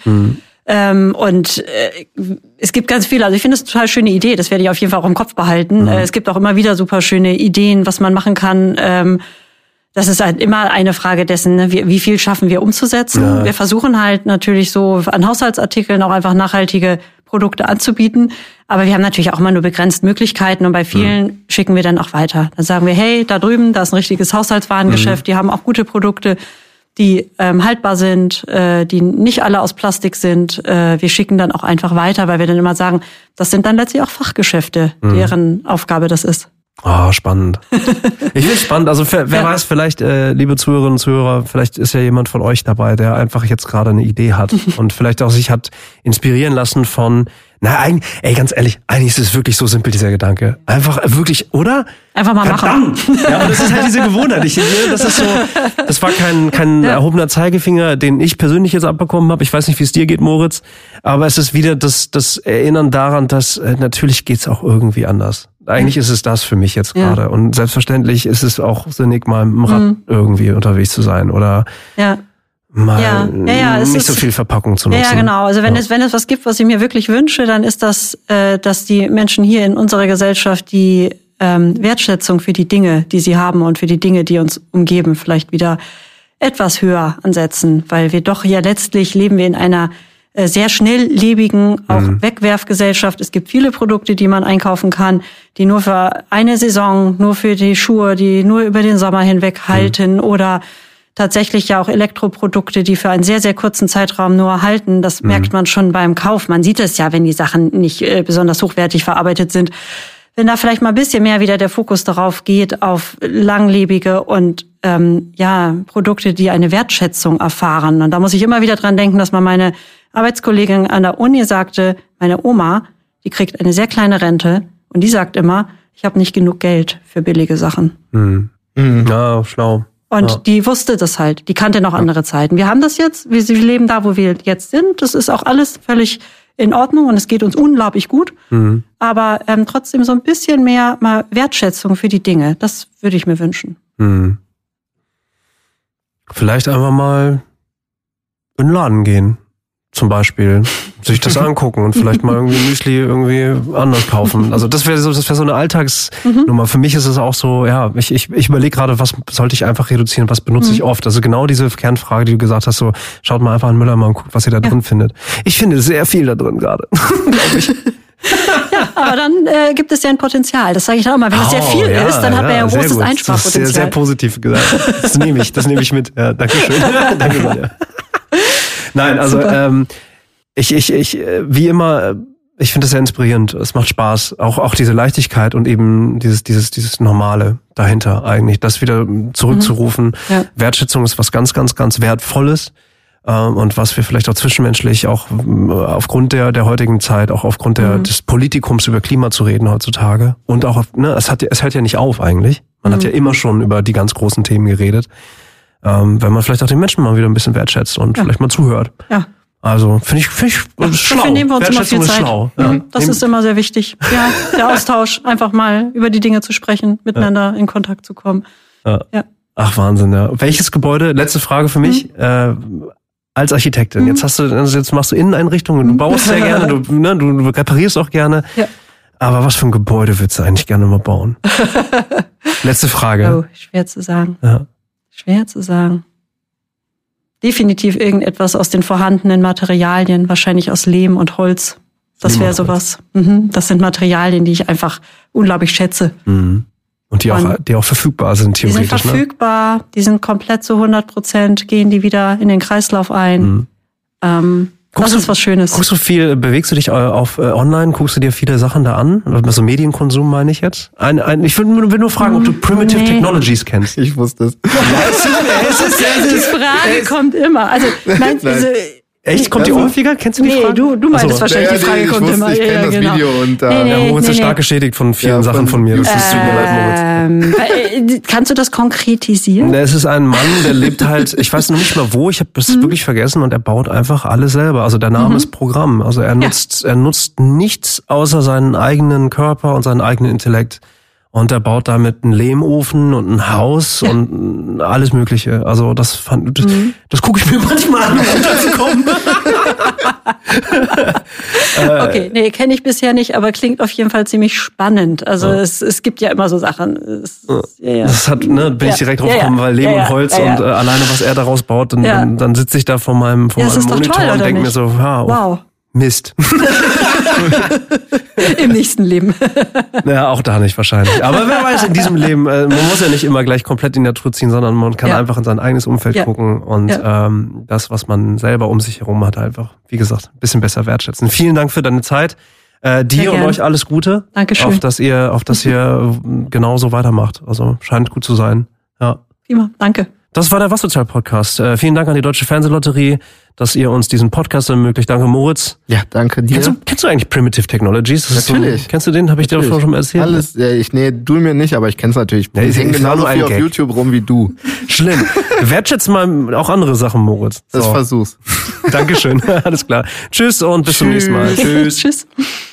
Es gibt ganz viele, also ich finde es eine total schöne Idee, das werde ich auf jeden Fall auch im Kopf behalten. Es gibt auch immer wieder super schöne Ideen, was man machen kann. Das ist halt immer eine Frage dessen, ne? Wie viel schaffen wir umzusetzen. Ja. Wir versuchen halt natürlich so an Haushaltsartikeln auch einfach nachhaltige Produkte anzubieten. Aber wir haben natürlich auch immer nur begrenzt Möglichkeiten und bei vielen schicken wir dann auch weiter. Dann sagen wir, hey, da drüben, da ist ein richtiges Haushaltswarengeschäft, die haben auch gute Produkte, die haltbar sind, die nicht alle aus Plastik sind. Wir schicken dann auch einfach weiter, weil wir dann immer sagen, das sind dann letztlich auch Fachgeschäfte, deren Aufgabe das ist. Spannend. Ich finde es spannend. Also wer weiß, vielleicht, liebe Zuhörerinnen und Zuhörer, vielleicht ist ja jemand von euch dabei, der einfach jetzt gerade eine Idee hat und vielleicht auch sich hat inspirieren lassen von, ganz ehrlich, eigentlich ist es wirklich so simpel, dieser Gedanke. Einfach wirklich, oder? Einfach mal machen. Ja, aber das ist halt diese Gewohnheit. Das war kein erhobener Zeigefinger, den ich persönlich jetzt abbekommen habe. Ich weiß nicht, wie es dir geht, Moritz, aber es ist wieder das Erinnern daran, dass natürlich geht's auch irgendwie anders. Eigentlich ist es das für mich jetzt gerade. Und selbstverständlich ist es auch sinnig, mal im Rad irgendwie unterwegs zu sein oder nicht so viel Verpackung zu nutzen. Ja, genau. Also wenn es was gibt, was ich mir wirklich wünsche, dann ist das, dass die Menschen hier in unserer Gesellschaft die Wertschätzung für die Dinge, die sie haben und für die Dinge, die uns umgeben, vielleicht wieder etwas höher ansetzen. Weil wir doch ja letztlich leben wir in einer sehr schnelllebigen, auch Wegwerfgesellschaft. Es gibt viele Produkte, die man einkaufen kann, die nur für eine Saison, nur für die Schuhe, die nur über den Sommer hinweg halten oder tatsächlich ja auch Elektroprodukte, die für einen sehr, sehr kurzen Zeitraum nur halten. Das merkt man schon beim Kauf. Man sieht es ja, wenn die Sachen nicht besonders hochwertig verarbeitet sind. Wenn da vielleicht mal ein bisschen mehr wieder der Fokus darauf geht, auf langlebige und Produkte, die eine Wertschätzung erfahren. Und da muss ich immer wieder dran denken, dass man meine Arbeitskollegin an der Uni sagte, meine Oma, die kriegt eine sehr kleine Rente und die sagt immer, ich habe nicht genug Geld für billige Sachen. Ja, schlau. Und die wusste das halt, die kannte noch andere Zeiten. Wir haben das jetzt, wir leben da, wo wir jetzt sind, das ist auch alles völlig in Ordnung und es geht uns unglaublich gut. Aber trotzdem so ein bisschen mehr mal Wertschätzung für die Dinge. Das würde ich mir wünschen. Vielleicht einfach mal in den Laden gehen, zum Beispiel. Sich das angucken und vielleicht mal irgendwie Müsli irgendwie anders kaufen. Also das wäre so eine Alltagsnummer. Für mich ist es auch so, ja, ich überlege gerade, was sollte ich einfach reduzieren, was benutze ich oft. Also genau diese Kernfrage, die du gesagt hast, so schaut mal einfach an Müllermann und guckt, was ihr da drin findet. Ich finde sehr viel da drin gerade, glaube ich. Ja, aber dann gibt es ja ein Potenzial. Das sage ich auch mal. Wenn es sehr viel ist, dann hat man ja ein großes Einsparpotenzial. Das ist sehr, sehr positiv gesagt. Das nehme ich mit. Ja, danke schön. Danke, Sonja. Nein, also ich wie immer, ich finde das sehr inspirierend. Es macht Spaß, auch diese Leichtigkeit und eben dieses Normale dahinter eigentlich, das wieder zurückzurufen. Ja. Wertschätzung ist was ganz, ganz, ganz Wertvolles. Und was wir vielleicht auch zwischenmenschlich auch aufgrund der heutigen Zeit, auch aufgrund des Politikums über Klima zu reden heutzutage. Und auch, es hört ja nicht auf eigentlich. Man hat ja immer schon über die ganz großen Themen geredet. Wenn man vielleicht auch den Menschen mal wieder ein bisschen wertschätzt und vielleicht mal zuhört. Ja. Also finde ich schlau. Dafür nehmen wir uns immer viel Zeit. Schlau. Ja. Das ist immer sehr wichtig. Ja, der Austausch, einfach mal über die Dinge zu sprechen, miteinander in Kontakt zu kommen. Ja. Ach, Wahnsinn, ja. Welches Gebäude, letzte Frage für mich, als Architektin. Jetzt machst du Inneneinrichtungen, du baust sehr gerne, du reparierst auch gerne. Ja. Aber was für ein Gebäude würdest du eigentlich gerne mal bauen? Letzte Frage. Oh, schwer zu sagen. Ja. Schwer zu sagen. Definitiv irgendetwas aus den vorhandenen Materialien, wahrscheinlich aus Lehm und Holz. Das wäre sowas. Das sind Materialien, die ich einfach unglaublich schätze. Und die auch verfügbar sind, theoretisch. Die sind verfügbar, die sind komplett zu 100%, gehen die wieder in den Kreislauf ein. Das ist was Schönes. Guckst du viel, bewegst du dich auf online, guckst du dir viele Sachen da an? Also Medienkonsum meine ich jetzt? Ich will nur fragen, ob du Primitive Technologies kennst. Ich wusste es. Die Frage kommt immer. Also, echt? Kommt die häufiger? Kennst du die Frage? Du meintest wahrscheinlich, die Frage kommt immer. Ich kenne das Video und Moritz ist stark geschädigt von vielen Sachen von mir. Das tut mir leid, Moritz. Kannst du das konkretisieren? Es ist ein Mann, der lebt halt, ich weiß noch nicht mal wo, ich habe es wirklich vergessen und er baut einfach alles selber. Also der Name ist Programm. Also er nutzt nichts außer seinen eigenen Körper und seinen eigenen Intellekt. Und er baut damit einen Lehmofen und ein Haus und alles Mögliche. Also das gucke ich mir manchmal an, um runterzukommen. Okay, nee, kenne ich bisher nicht, aber klingt auf jeden Fall ziemlich spannend. Also es gibt ja immer so Sachen. Das bin ich direkt drauf gekommen, weil Lehm und Holz und alleine was er daraus baut, dann sitze ich da vor meinem Monitor toll, und denke mir so, wow. Mist. Im nächsten Leben. Ja, auch da nicht wahrscheinlich. Aber wer weiß, in diesem Leben, man muss ja nicht immer gleich komplett in die Natur ziehen, sondern man kann einfach in sein eigenes Umfeld gucken und das, was man selber um sich herum hat, einfach, wie gesagt, ein bisschen besser wertschätzen. Vielen Dank für deine Zeit. Dir und euch alles Gute. Dankeschön. Auf dass ihr genauso weitermacht. Also scheint gut zu sein. Ja. Prima, danke. Das war der Was Sozial Podcast. Vielen Dank an die Deutsche Fernsehlotterie, dass ihr uns diesen Podcast ermöglicht. Danke, Moritz. Ja, danke dir. Kennst du eigentlich Primitive Technologies? Natürlich. Kennst du den? Habe ich dir schon mal erzählt? Alles, du mir nicht, aber ich kenn's natürlich. Ich hänge genauso viel auf YouTube rum wie du. Schlimm. Wertschätzt mal auch andere Sachen, Moritz. So. Ich versuch's. Dankeschön. Alles klar. Tschüss und bis zum nächsten Mal. Tschüss. Tschüss.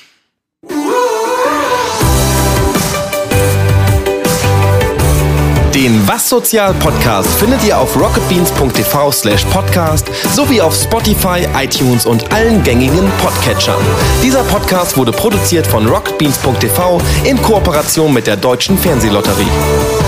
Den Was Sozial Podcast findet ihr auf rocketbeans.tv/podcast sowie auf Spotify, iTunes und allen gängigen Podcatchern. Dieser Podcast wurde produziert von rocketbeans.tv in Kooperation mit der Deutschen Fernsehlotterie.